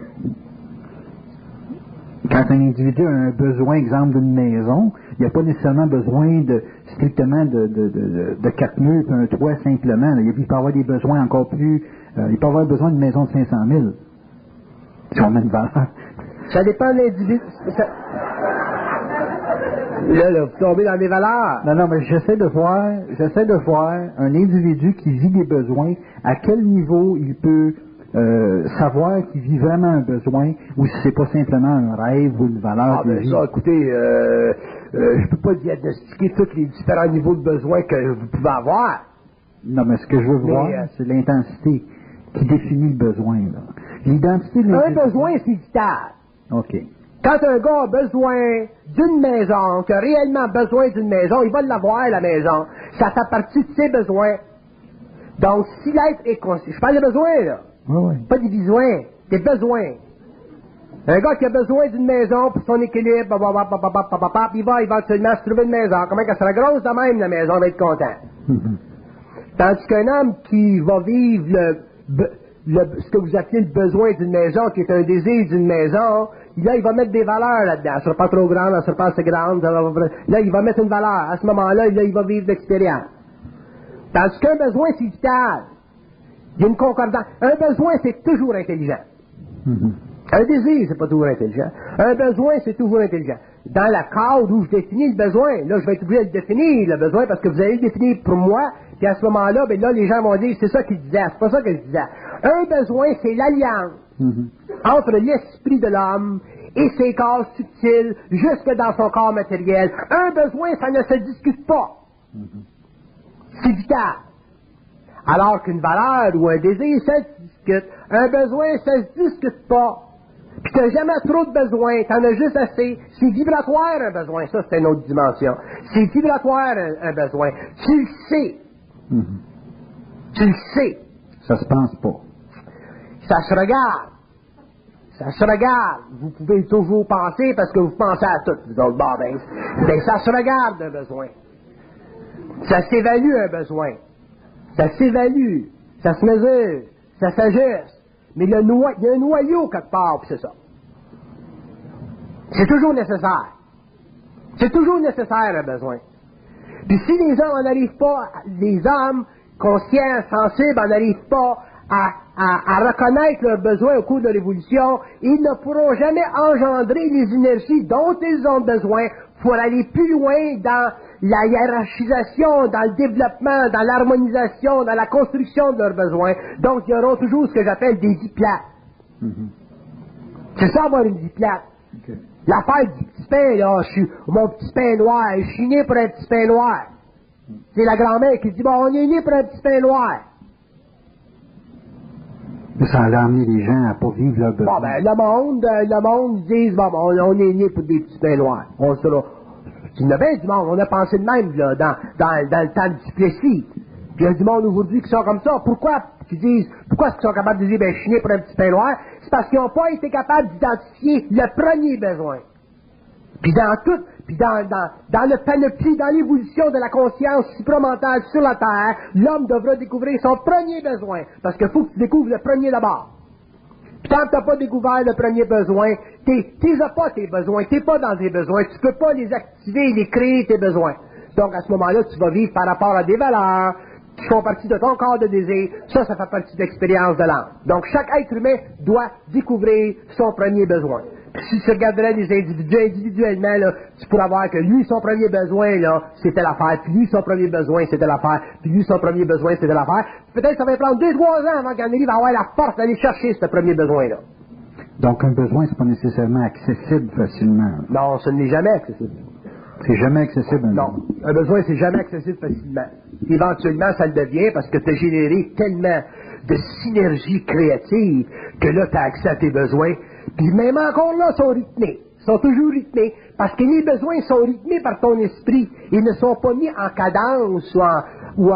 Quand un individu a un besoin, exemple d'une maison, il n'y a pas nécessairement besoin strictement de 4 murs et un toit simplement. Là. Il peut avoir des besoins encore plus... il peut avoir besoin d'une maison de 500 000. Si on met une valeur. Ça dépend de l'individu. Là, vous tombez dans mes valeurs. Non, mais j'essaie de voir un individu qui vit des besoins, à quel niveau il peut savoir qu'il vit vraiment un besoin, ou si c'est pas simplement un rêve ou une valeur de vie. Ça, écoutez, je peux pas diagnostiquer tous les différents niveaux de besoins que vous pouvez avoir. Non, mais ce que je veux voir, c'est l'intensité qui définit le besoin. Là. L'identité de un besoin, c'est vital. OK. Quand un gars a besoin d'une maison, qui a réellement besoin d'une maison, il va l'avoir, la maison. Ça fait partie de ses besoins. Donc, si l'être est conscient... Je parle de besoins, là. Oui. Pas des besoins, des besoins. Un gars qui a besoin d'une maison pour son équilibre, il va éventuellement se trouver une maison. Comment qu'elle sera grosse de même, la maison, il va être content. Tandis qu'un homme qui va vivre ce que vous appelez le besoin d'une maison, qui est un désir d'une maison, là, il va mettre des valeurs là-dedans. Elle sera pas trop grande, elle sera pas assez grande. Là, il va mettre une valeur. À ce moment-là, il va vivre l'expérience. Tandis qu'un besoin, c'est vital. Il y a une concordance. Un besoin, c'est toujours intelligent. Un désir, c'est pas toujours intelligent. Un besoin, c'est toujours intelligent. Dans la cadre où je définis le besoin, là, je vais être obligé de le définir, le besoin, parce que vous allez le définir pour moi, puis à ce moment-là, ben là, les gens vont dire, c'est ça qu'il disait, c'est pas ça que je disais. Un besoin, c'est l'alliance entre l'esprit de l'homme et ses corps subtils, jusque dans son corps matériel. Un besoin, ça ne se discute pas. C'est vital. Alors qu'une valeur ou un désir, ça se discute. Un besoin, ça se discute pas. Puis t'as jamais trop de besoins, t'en as juste assez. C'est vibratoire un besoin, ça c'est une autre dimension. C'est vibratoire un besoin. Tu le sais. Tu le sais. Ça se pense pas. Ça se regarde. Ça se regarde. Vous pouvez toujours penser parce que vous pensez à tout, vous autres, ben ça se regarde un besoin. Ça s'évalue un besoin. Ça s'évalue. Ça se mesure. Ça s'ajuste. Mais il y a un noyau quelque part, puis c'est ça. C'est toujours nécessaire. C'est toujours nécessaire un besoin. Puis si les hommes n'arrivent pas, les hommes conscients, sensibles, n'arrivent pas à reconnaître leurs besoins au cours de l'évolution, ils ne pourront jamais engendrer les énergies dont ils ont besoin pour aller plus loin dans la hiérarchisation, dans le développement, dans l'harmonisation, dans la construction de leurs besoins. Donc, ils auront toujours ce que j'appelle des vies plates. C'est ça, avoir une vie plate. L'affaire du petit pain, là, mon petit pain noir, je suis né pour un petit pain noir. C'est la grand-mère qui dit, bon, on est né pour un petit pain noir. Ça a amené les gens à pas vivre leur besoin. Bon, ben, le monde dit, bon, on est né pour des petits pains noirs. On sera. Il y en a bien du monde, on a pensé de même, là, dans le temps du Duplessis. Puis il y a du monde aujourd'hui qui sont comme ça. Pourquoi? Qui disent, pourquoi est-ce qu'ils sont capables de dire, ben, je suis né pour un petit pain noir? C'est parce qu'ils n'ont pas été capables d'identifier le premier besoin. Puis dans le panoplie, dans l'évolution de la conscience supramentale sur la Terre, l'homme devra découvrir son premier besoin. Parce qu'il faut que tu découvres le premier d'abord. Puis tant que tu n'as pas découvert le premier besoin, t'es pas tes besoins, t'es pas dans tes besoins, tu peux pas les activer, les créer tes besoins. Donc à ce moment-là, tu vas vivre par rapport à des valeurs qui font partie de ton corps de désir. Ça fait partie de l'expérience de l'âme. Donc chaque être humain doit découvrir son premier besoin. Puis si tu regarderais les individus individuellement, là, tu pourras voir que lui, son premier besoin, là, c'était l'affaire, puis lui, son premier besoin, c'était l'affaire, puis lui, son premier besoin, c'était l'affaire. Peut-être que ça va prendre 2-3 ans avant qu'Annélie va avoir la force d'aller chercher ce premier besoin-là. Donc un besoin, c'est pas nécessairement accessible facilement. Non, ce n'est jamais accessible. C'est jamais accessible. Non, un besoin, c'est jamais accessible facilement. Éventuellement, ça le devient parce que tu as généré tellement de synergie créative que là, tu as accès à tes besoins. Puis même encore là, sont rythmés. Ils sont toujours rythmés. Parce que les besoins sont rythmés par ton esprit. Ils ne sont pas mis en cadence ou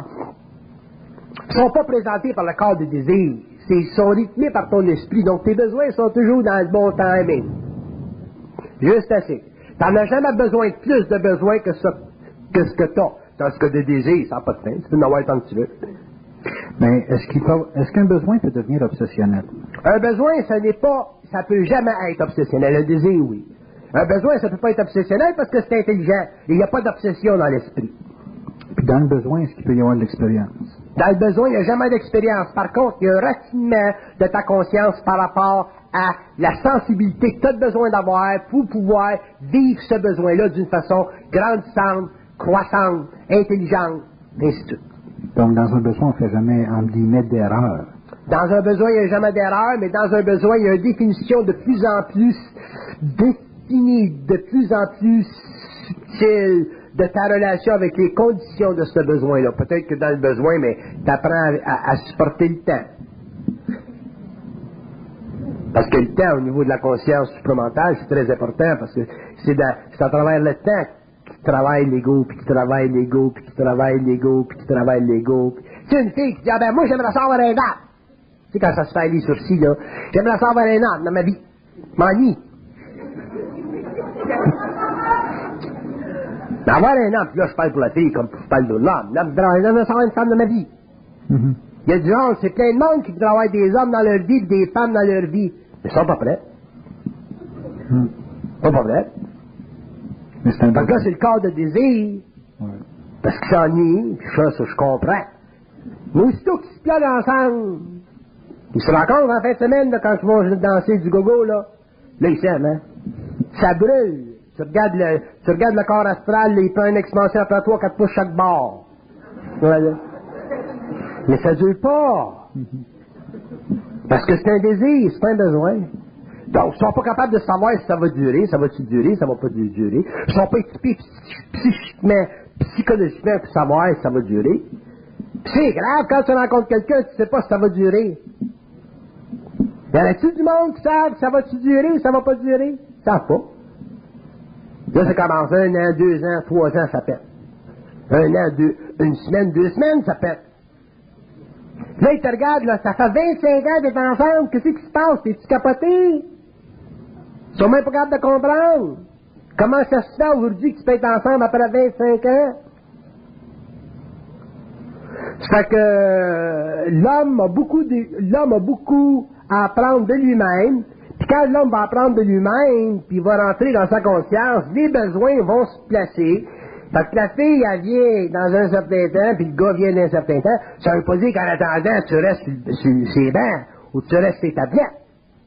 sont pas présentés par le corps de désir. Ils sont rythmés par ton esprit. Donc tes besoins sont toujours dans le bon timing. Juste assez. Tu n'en as jamais besoin de plus de besoins que ce que tu as. Dans ce que de désir, ça n'a pas de fin. Tu peux en avoir tant que tu veux. Mais est-ce qu'un besoin peut devenir obsessionnel? Un besoin, ça peut jamais être obsessionnel. Un désir, oui. Un besoin, ça peut pas être obsessionnel parce que c'est intelligent. Il n'y a pas d'obsession dans l'esprit. Puis dans le besoin, est-ce qu'il peut y avoir de l'expérience? Dans le besoin, il n'y a jamais d'expérience. Par contre, il y a un raffinement de ta conscience par rapport à la sensibilité que tu as besoin d'avoir pour pouvoir vivre ce besoin-là d'une façon grandissante, croissante, intelligente, ainsi de suite. Donc, dans un besoin, on ne fait jamais, entre guillemets, d'erreur. Dans un besoin, il n'y a jamais d'erreur, mais dans un besoin, il y a une définition de plus en plus définie, de plus en plus subtile de ta relation avec les conditions de ce besoin-là. Peut-être que dans le besoin, mais tu apprends à supporter le temps. Parce que le temps, au niveau de la conscience supramentale, c'est très important, parce que c'est à travers le temps que tu travailles l'ego, puis tu travailles l'ego, puis tu travailles l'ego, puis tu travailles l'ego. Tu sais, une fille qui dit, ah ben moi, j'aimerais ça avoir un arbre. Tu sais, quand ça se fait les sourcils, là, j'aimerais ça avoir un arbre dans ma vie. M'ennuie. Mais avoir un arbre, puis là, je parle pour la fille comme je parle de l'homme. J'aimerais ça avoir une femme dans ma vie. Mm-hmm. Il y a du genre, c'est plein de monde qui voudrait avoir des hommes dans leur vie, et des femmes dans leur vie. Mais ils sont pas prêts. Mm. Ils sont pas prêts. Mais c'est un Parce que là, c'est le corps de désir. Ouais. Parce qu'ils s'ennuient, puis ça, je comprends. Mais aussitôt qu'ils se planent ensemble, ils se rencontrent en fin de semaine, là, quand ils vont danser du gogo, là ils s'aiment, hein. Ça brûle. Tu regardes le corps astral, là, il prend une expansion après 3-4 pouces chaque bord. Voilà. Mais ça dure pas. Parce que c'est un désir, c'est pas un besoin. Donc, ils sont pas capables de savoir si ça va durer, ça va-tu durer, ça va pas durer. Ils sont pas équipés psychiquement, psychologiquement pour savoir si ça va durer. Puis c'est grave, quand tu rencontres quelqu'un, tu sais pas si ça va durer. Y en a-tu du monde qui savent ça va-tu durer, ça va pas durer? Ils savent pas. Là, ça commence 1 an, 2 ans, 3 ans, ça pète. 1 an, 1 semaine, 2 semaines, ça pète. Là, ils te regardent, là, ça fait 25 ans d'être ensemble, qu'est-ce qui se passe? T'es-tu capoté? Ils sont même pas capables de comprendre. Comment ça se fait aujourd'hui que tu peux être ensemble après 25 ans? Ça fait que l'homme a beaucoup à apprendre de lui-même. Puis quand l'homme va apprendre de lui-même, puis il va rentrer dans sa conscience, les besoins vont se placer. Parce que la fille, elle vient dans un certain temps, puis le gars vient dans un certain temps. Ça veut pas dire qu'en attendant, tu restes sur ses bancs, ou tu restes sur tes tablettes.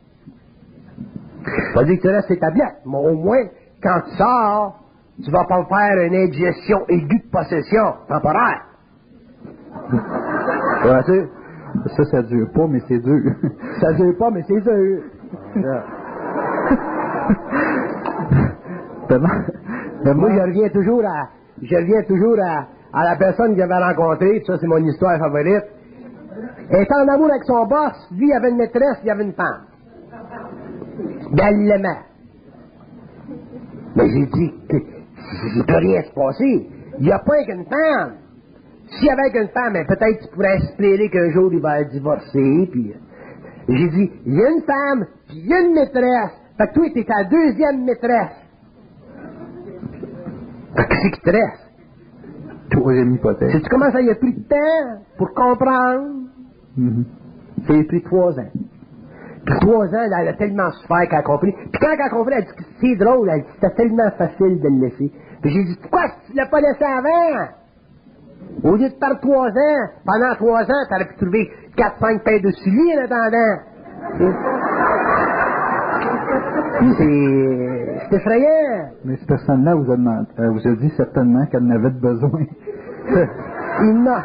Ça veut pas dire que tu restes sur tes tablettes. Mais au moins, quand tu sors, tu vas pas faire une indigestion aiguë de possession temporaire. Ça dure pas, mais c'est dur. Ça dure pas, mais c'est dur. Moi, je reviens toujours à la personne que j'avais rencontrée, ça c'est mon histoire favorite. Elle était en amour avec son boss, lui il avait une maîtresse, il avait une femme. Ben, elle l'aimait. Mais j'ai dit, il ne peut rien se passer. Il n'y a pas qu'une femme. S'il y avait qu'une femme, peut-être tu pourrais espérer qu'un jour il va être divorcé, puis... J'ai dit, il y a une femme, puis il y a une maîtresse. Fait que toi, t'es ta deuxième maîtresse. Fait que c'est qui te reste? Troisième hypothèse. Sais-tu comment ça y a pris de temps pour comprendre? Ça y a pris 3 ans. Puis 3 ans, là, elle a tellement souffert qu'elle a compris. Puis quand elle a compris, elle a dit que c'est drôle, elle a dit que c'était tellement facile de le laisser. Puis j'ai dit, pourquoi tu l'as pas laissé avant? Au lieu de perdre 3 ans, pendant 3 ans, t'aurais pu trouver 4-5 paires de souliers en attendant. C'est effrayant. Mais cette personne-là vous a dit certainement qu'elle en avait besoin. Non.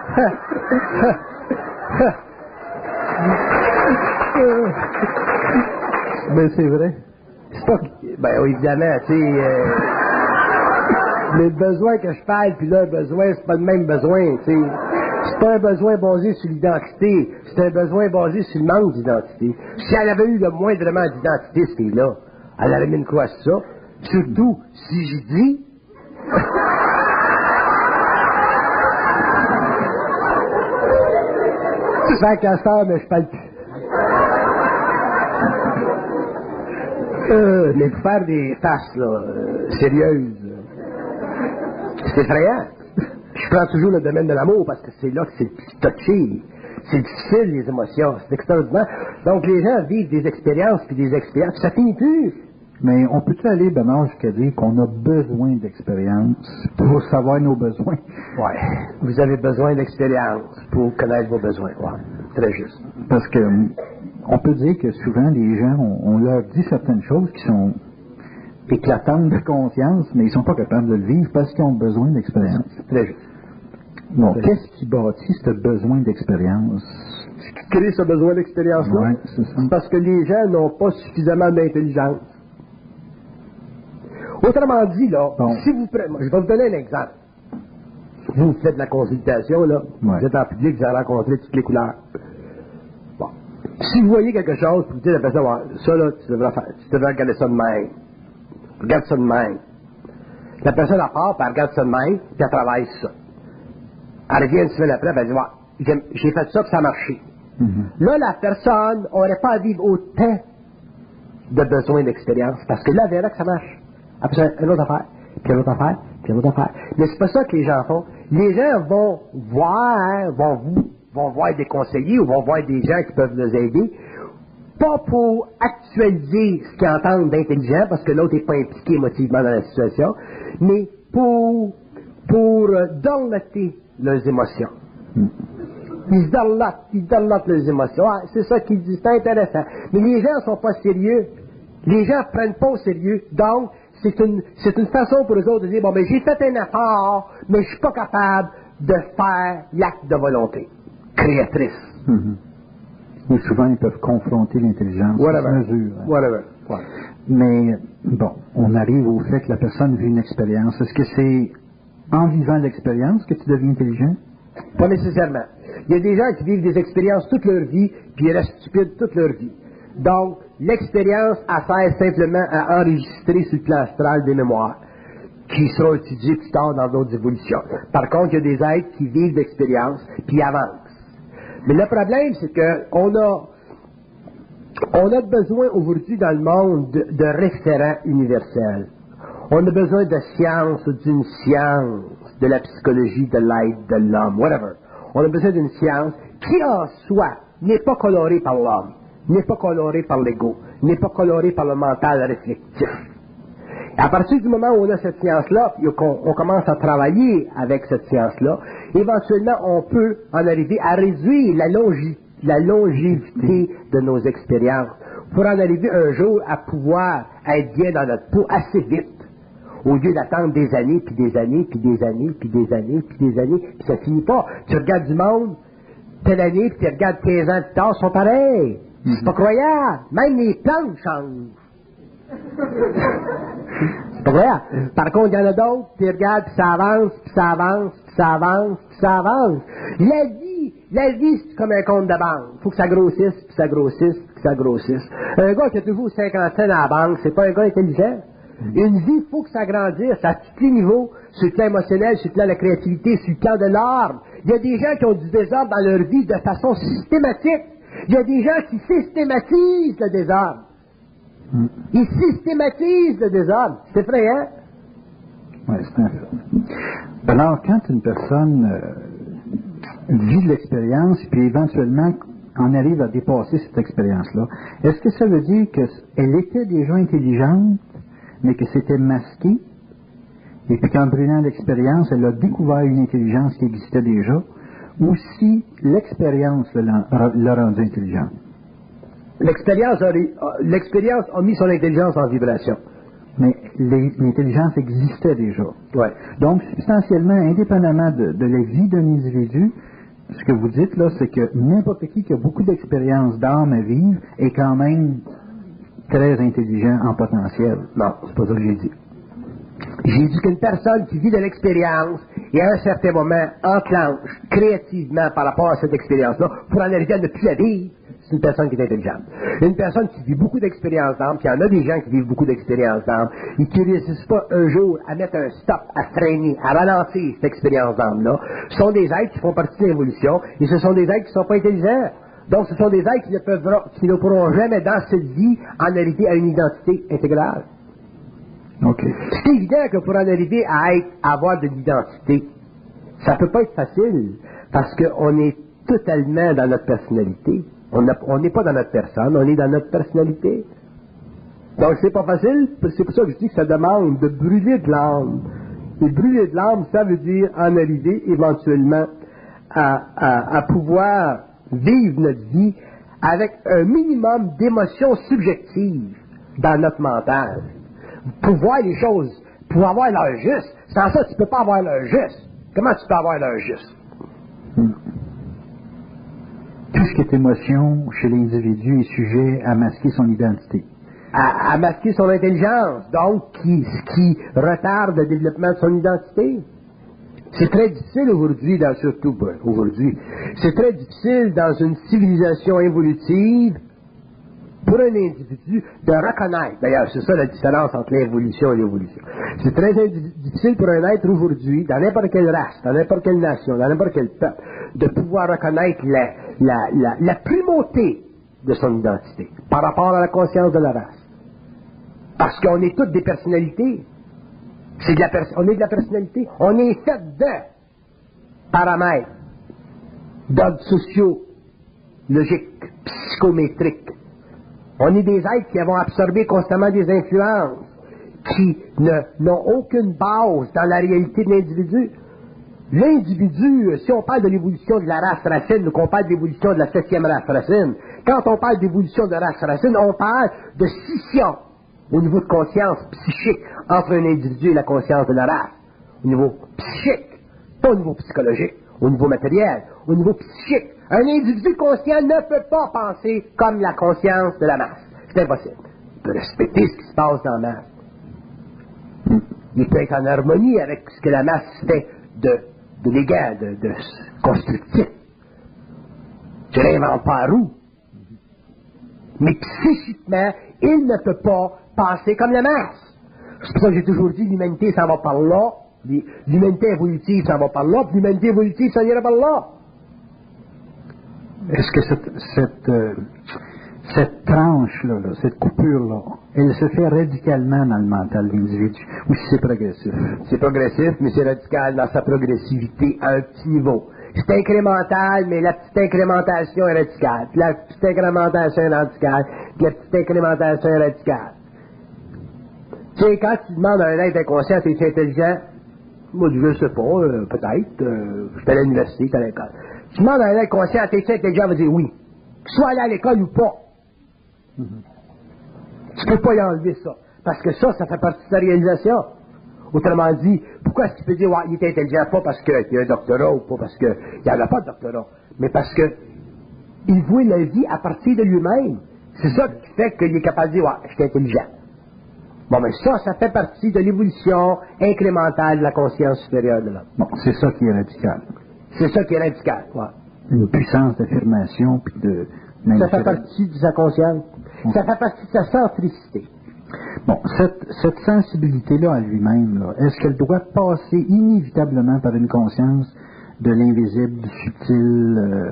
Mais c'est vrai. C'est pas... Ben oui, évidemment, tu sais... les besoins que je parle, puis là, besoin, c'est pas le même besoin, tu sais. C'est pas un besoin basé sur l'identité, c'est un besoin basé sur le manque d'identité. Si elle avait eu le moindrement d'identité, cette fille-là, elle aurait mis une croix sur ça. Surtout, si j'y dis... C'est un castor, mais je parle plus. Mais pour faire des faces, là, sérieuses, c'est effrayant. Je prends toujours le domaine de l'amour parce que c'est là que c'est le plus touché. C'est difficile, les émotions. C'est extraordinaire. Donc, les gens vivent des expériences, puis ça finit plus. Mais on peut-tu aller, Bernard, jusqu'à dire qu'on a besoin d'expérience pour savoir nos besoins? Oui. Vous avez besoin d'expérience pour connaître vos besoins. Oui. Très juste. Parce que on peut dire que souvent, les gens, on leur dit certaines choses qui sont éclatantes de conscience, mais ils ne sont pas capables de le vivre parce qu'ils ont besoin d'expérience. Très juste. Bon, qu'est-ce qui bâtit ce besoin d'expérience? Ce qui crée ce besoin d'expérience-là, ouais, c'est parce que les gens n'ont pas suffisamment d'intelligence. Autrement dit, là, si vous prenez... Je vais vous donner un exemple. Vous faites de la consultation, là, vous êtes en public, vous avez rencontré toutes les couleurs. Bon. Si vous voyez quelque chose, vous dites à la personne, ça, là, tu devrais regarder ça de même. Regarde ça de même. La personne, à part, puis elle regarde ça de même, puis elle travaille ça. Elle revient une semaine après, puis elle dit, j'ai fait ça, puis ça a marché. Là, la personne n'aurait pas à vivre autant de besoin d'expérience, parce que là, elle verra que ça marche. Après ça, une autre affaire, puis une autre affaire, puis une autre affaire. Mais c'est pas ça que les gens font. Les gens vont voir des conseillers ou vont voir des gens qui peuvent les aider, pas pour actualiser ce qu'ils entendent d'intelligent, parce que l'autre n'est pas impliqué émotivement dans la situation, mais pour dorloter leurs émotions. Ils dorlotent leurs émotions. Ah, c'est ça qu'ils disent, c'est intéressant. Mais les gens ne sont pas sérieux. Les gens ne prennent pas au sérieux. Donc, c'est une façon pour eux autres de dire, bon, mais j'ai fait un effort, mais je suis pas capable de faire l'acte de volonté créatrice. Et souvent, ils peuvent confronter l'intelligence. Whatever. Mais, bon, on arrive au fait que la personne vit une expérience. Est-ce que c'est en vivant l'expérience que tu deviens intelligent? Pas nécessairement. Il y a des gens qui vivent des expériences toute leur vie, puis ils restent stupides toute leur vie. Donc, l'expérience sert simplement à enregistrer sur le plan astral des mémoires qui seront étudiées plus tard dans d'autres évolutions. Par contre, il y a des êtres qui vivent d'expérience, puis avancent. Mais le problème, c'est qu'on a besoin aujourd'hui dans le monde de référents universels. On a besoin de science ou d'une science, de la psychologie, de l'être, de l'homme, whatever. On a besoin d'une science qui en soi n'est pas colorée par l'homme, n'est pas colorée par l'ego, n'est pas colorée par le mental réflectif. Et à partir du moment où on a cette science-là, puis qu'on commence à travailler avec cette science-là, éventuellement on peut en arriver à réduire la longévité de nos expériences pour en arriver un jour à pouvoir être bien dans notre peau assez vite, au lieu d'attendre des années, puis des années, puis des années, puis des années, puis des années, puis ça finit pas. Tu regardes du monde, telle année, puis tu regardes 15 ans plus tard, ils sont pareils. C'est pas croyable. Même les plantes changent. C'est vrai? Par contre, il y en a d'autres, tu regardes, puis ça avance, puis ça avance, puis ça avance, puis ça avance. La vie, c'est comme un compte de banque. Il faut que ça grossisse, puis ça grossisse, puis ça grossisse. Un gars qui a toujours 50 cents à la banque, c'est pas un gars intelligent. Une vie, il faut que ça grandisse à tous les niveaux, sur le plan émotionnel, sur le plan de la créativité, sur le plan de l'ordre. Il y a des gens qui ont du désordre dans leur vie de façon systématique. Il y a des gens qui systématisent le désordre. Ils systématisent le désordre. C'est effrayant. Oui, c'est un fait. Alors, quand une personne vit de l'expérience, puis éventuellement en arrive à dépasser cette expérience-là, est-ce que ça veut dire qu'elle était déjà intelligente, mais que c'était masqué, et puis qu'en brûlant l'expérience, elle a découvert une intelligence qui existait déjà, ou si l'expérience l'a rendue intelligente? L'expérience a mis son intelligence en vibration. Mais l'intelligence existait déjà. Ouais. Donc, substantiellement, indépendamment de la vie d'un individu, ce que vous dites là, c'est que n'importe qui a beaucoup d'expérience d'âme à vivre est quand même très intelligent en potentiel. Non, c'est pas ça que j'ai dit. J'ai dit qu'une personne qui vit de l'expérience et à un certain moment enclenche créativement par rapport à cette expérience-là pour en arriver à ne plus la vivre, c'est une personne qui est intelligente. Une personne qui vit beaucoup d'expérience d'âme, puis il y en a des gens qui vivent beaucoup d'expérience d'âme, et qui ne réussissent pas un jour à mettre un stop, à freiner, à ralentir cette expérience d'âme-là, sont des êtres qui font partie de l'évolution, et ce sont des êtres qui ne sont pas intelligents. Donc ce sont des êtres qui ne pourront jamais dans cette vie en arriver à une identité intégrale. Okay. C'est évident que pour en arriver à avoir de l'identité, ça peut pas être facile, parce qu'on est totalement dans notre personnalité. On n'est pas dans notre personne, on est dans notre personnalité. Donc c'est pas facile, c'est pour ça que je dis que ça demande de brûler de l'âme. Et brûler de l'âme, ça veut dire en arriver éventuellement à pouvoir vivre notre vie avec un minimum d'émotions subjectives dans notre mental. Pour voir les choses, pour avoir l'heure juste. Sans ça, tu ne peux pas avoir l'heure juste. Comment tu peux avoir l'heure juste? Tout ce qui est émotion chez l'individu est sujet à masquer son identité. À masquer son intelligence, donc ce qui retarde le développement de son identité. C'est très difficile aujourd'hui, surtout aujourd'hui, c'est très difficile dans une civilisation évolutive pour un individu de reconnaître, d'ailleurs c'est ça la différence entre l'involution et l'évolution, c'est très difficile pour un être aujourd'hui, dans n'importe quelle race, dans n'importe quelle nation, dans n'importe quel peuple, de pouvoir reconnaître la primauté de son identité par rapport à la conscience de la race. Parce qu'on est toutes des personnalités. On est de la personnalité. On est fait de paramètres, d'ordre sociaux, logiques, psychométriques. On est des êtres qui avons absorbé constamment des influences qui n'ont aucune base dans la réalité de l'individu. L'individu, si on parle de l'évolution de la race racine, ou qu'on parle de l'évolution de la 7e race racine, quand on parle d'évolution de race racine, on parle de scission au niveau de conscience psychique entre un individu et la conscience de la race. Au niveau psychique, pas au niveau psychologique, au niveau matériel, au niveau psychique. Un individu conscient ne peut pas penser comme la conscience de la masse. C'est impossible. Il peut respecter ce qui se passe dans la masse. Il peut être en harmonie avec ce que la masse fait de légal, de constructif. Je l'invente pas à roue. Mais psychiquement, il ne peut pas penser comme la masse. C'est pour ça que j'ai toujours dit l'humanité, ça va par là. L'humanité évolutive, ça va par là. Puis l'humanité évolutive, ça ira par là. Est-ce que cette tranche-là, cette coupure-là, elle se fait radicalement dans le mental de l'individu, ou si c'est progressif? C'est progressif, mais c'est radical dans sa progressivité à un petit niveau. C'est incrémental, mais la petite incrémentation est radicale. Puis la petite incrémentation est radicale. Puis la petite incrémentation est radicale. Tu sais, quand tu demandes à un être inconscient, es-tu intelligent? Moi, je sais pas, peut-être. J'étais à l'université, j'étais à l'école. Tu demandes à un être conscient, es-tu intelligent? Il va dire oui. Qu'il soit allé à l'école ou pas. Tu peux pas y enlever ça. Parce que ça fait partie de sa réalisation. Autrement dit, pourquoi est-ce qu'il peut dire, ouais, il est intelligent? Pas parce qu'il a un doctorat ou pas parce qu'il n'y en a pas de doctorat, mais parce que il voit la vie à partir de lui-même. C'est ça qui fait qu'il est capable de dire, ouais, je suis intelligent. Bon, mais ça fait partie de l'évolution incrémentale de la conscience supérieure de l'homme. Bon, c'est ça qui est radical. C'est ça qui est radical, ouais. Une puissance d'affirmation, puis de... Ça fait partie de sa conscience. Ça fait partie de sa centricité. Bon, cette sensibilité-là à lui-même, là, est-ce qu'elle doit passer inévitablement par une conscience de l'invisible, du subtil,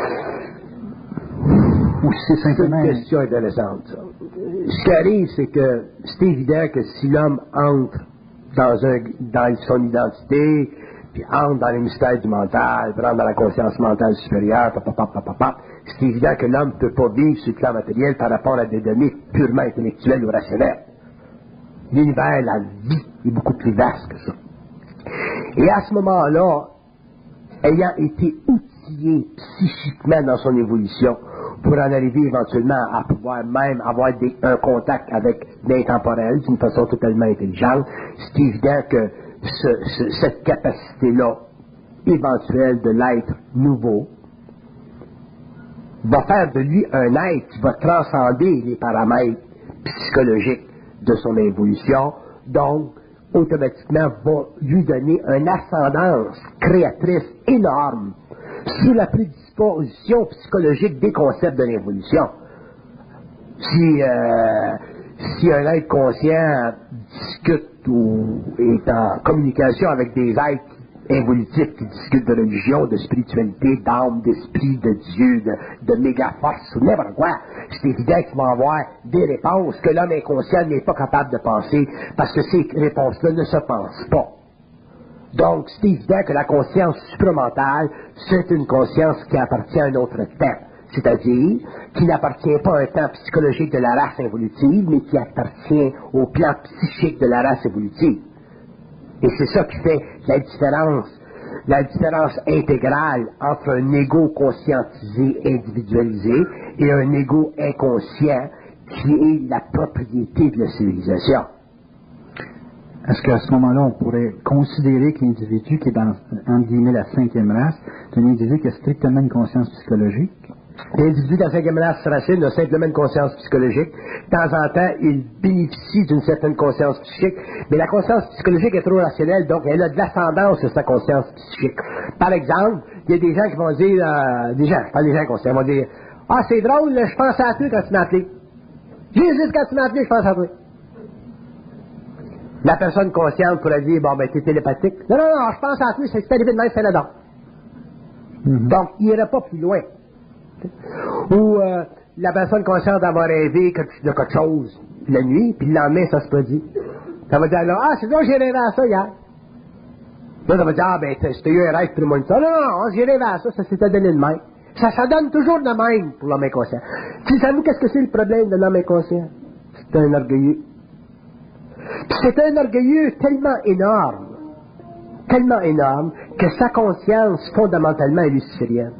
ou c'est simplement... C'est une question intéressante, ça. Ce qui arrive, c'est que c'est évident que si l'homme entre dans son identité, puis entre dans les mystères du mental, puis rentre dans la conscience mentale supérieure, c'est évident que l'homme ne peut pas vivre sur le plan matériel par rapport à des données purement intellectuelles ou rationnelles. L'univers, la vie, est beaucoup plus vaste que ça. Et à ce moment-là, ayant été outillé psychiquement dans son évolution, pour en arriver éventuellement à pouvoir même avoir un contact avec l'intemporel d'une façon totalement intelligente, c'est évident que cette capacité-là, éventuelle de l'être nouveau, va faire de lui un être qui va transcender les paramètres psychologiques de son évolution, donc automatiquement va lui donner une ascendance créatrice énorme sur la prédisposition psychologique des concepts de l'évolution. Si un être conscient discute ou est en communication avec des êtres évolutifs qui discutent de religion, de spiritualité, d'âme, d'esprit, de Dieu, de méga-force ou n'importe quoi, c'est évident qu'il va avoir des réponses que l'homme inconscient n'est pas capable de penser parce que ces réponses-là ne se pensent pas. Donc, c'est évident que la conscience supramentale, c'est une conscience qui appartient à un autre temps. C'est-à-dire, qui n'appartient pas à un temps psychologique de la race évolutive, mais qui appartient au plan psychique de la race évolutive. Et c'est ça qui fait la différence intégrale entre un ego conscientisé, individualisé, et un ego inconscient qui est la propriété de la civilisation. Est-ce qu'à ce moment-là, on pourrait considérer que l'individu qui est dans, entre guillemets, la cinquième race, c'est un individu qui a strictement une conscience psychologique? L'individu de la cinquième race racine a simplement une conscience psychologique. De temps en temps, il bénéficie d'une certaine conscience psychique, mais la conscience psychologique est trop rationnelle, donc elle a de l'ascendance sur sa conscience psychique. Par exemple, il y a des gens qui vont dire, des gens conscients, vont dire, « Ah, c'est drôle, je pense à toi quand tu m'as appelé. Juste quand tu m'as appelé, je pense à toi. » La personne consciente pourrait dire, bon, ben, t'es télépathique. Non, je pense à toi, c'est arrivé de même, c'est là-dedans. Donc, il n'irait pas plus loin. Ou la personne consciente d'avoir rêvé de quelque chose la nuit, puis le lendemain, ça se produit. Ça va dire, là, c'est vrai, j'ai rêvé à ça hier. Là, ça va dire, ben, c'était eu un rêve, tout le monde dit ça. Non, j'ai rêvé à ça, ça s'était donné de même. Ça donne toujours de même pour l'homme inconscient. Tu savez qu'est-ce que c'est le problème de l'homme inconscient? C'est un orgueilleux. Puis c'est un orgueilleux tellement énorme, que sa conscience, fondamentalement, est luciférienne.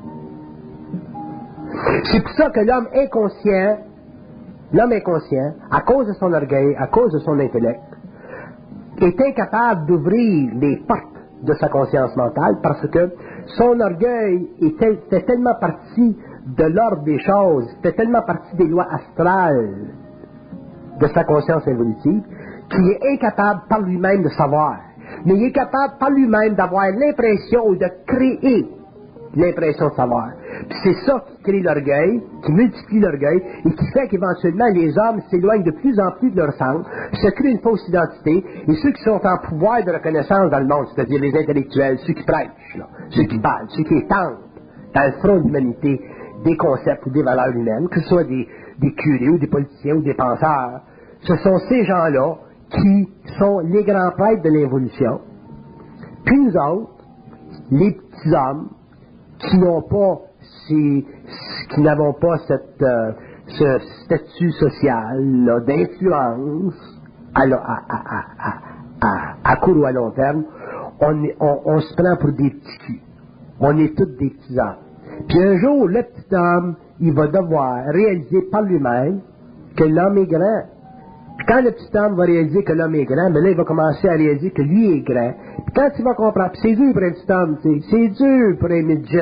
C'est pour ça que l'homme inconscient, à cause de son orgueil, à cause de son intellect, est incapable d'ouvrir les portes de sa conscience mentale parce que son orgueil était tellement parti de l'ordre des choses, c'était tellement parti des lois astrales de sa conscience évolutive, qu'il est incapable par lui-même de savoir. Mais il est capable par lui-même d'avoir l'impression ou de créer l'impression de savoir. Puis c'est ça qui crée l'orgueil, qui multiplie l'orgueil, et qui fait qu'éventuellement les hommes s'éloignent de plus en plus de leur centre, se créent une fausse identité, et ceux qui sont en pouvoir de reconnaissance dans le monde, c'est-à-dire les intellectuels, ceux qui prêchent, là, ceux qui parlent, ceux qui étendent dans le front de l'humanité des concepts ou des valeurs humaines, que ce soit des curés ou des politiciens ou des penseurs, ce sont ces gens-là qui sont les grands prêtres de l'évolution. Puis nous autres, les petits hommes, qui n'avons pas ce statut social d'influence à court ou à long terme, on se prend pour des petits culs. On est tous des petits hommes. Puis un jour, le petit homme, il va devoir réaliser par lui-même que l'homme est grand. Puis quand le petit homme va réaliser que l'homme est grand, ben là, il va commencer à réaliser que lui est grand. Puis quand il va comprendre, puis c'est dur pour un petit homme, c'est dur pour un midget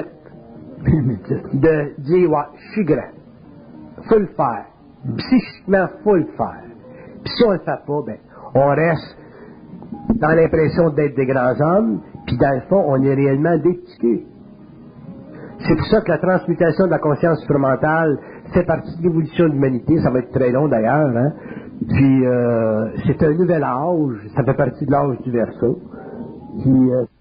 de dire, ouais, je suis grand. Faut le faire. Psychiquement, faut le faire. Puis si on le fait pas, ben, on reste dans l'impression d'être des grands hommes, puis dans le fond, on est réellement des petits culs. C'est pour ça que la transmutation de la conscience supramentale fait partie de l'évolution de l'humanité. Ça va être très long d'ailleurs. Hein? Puis c'est un nouvel âge. Ça fait partie de l'âge du Verseau. Puis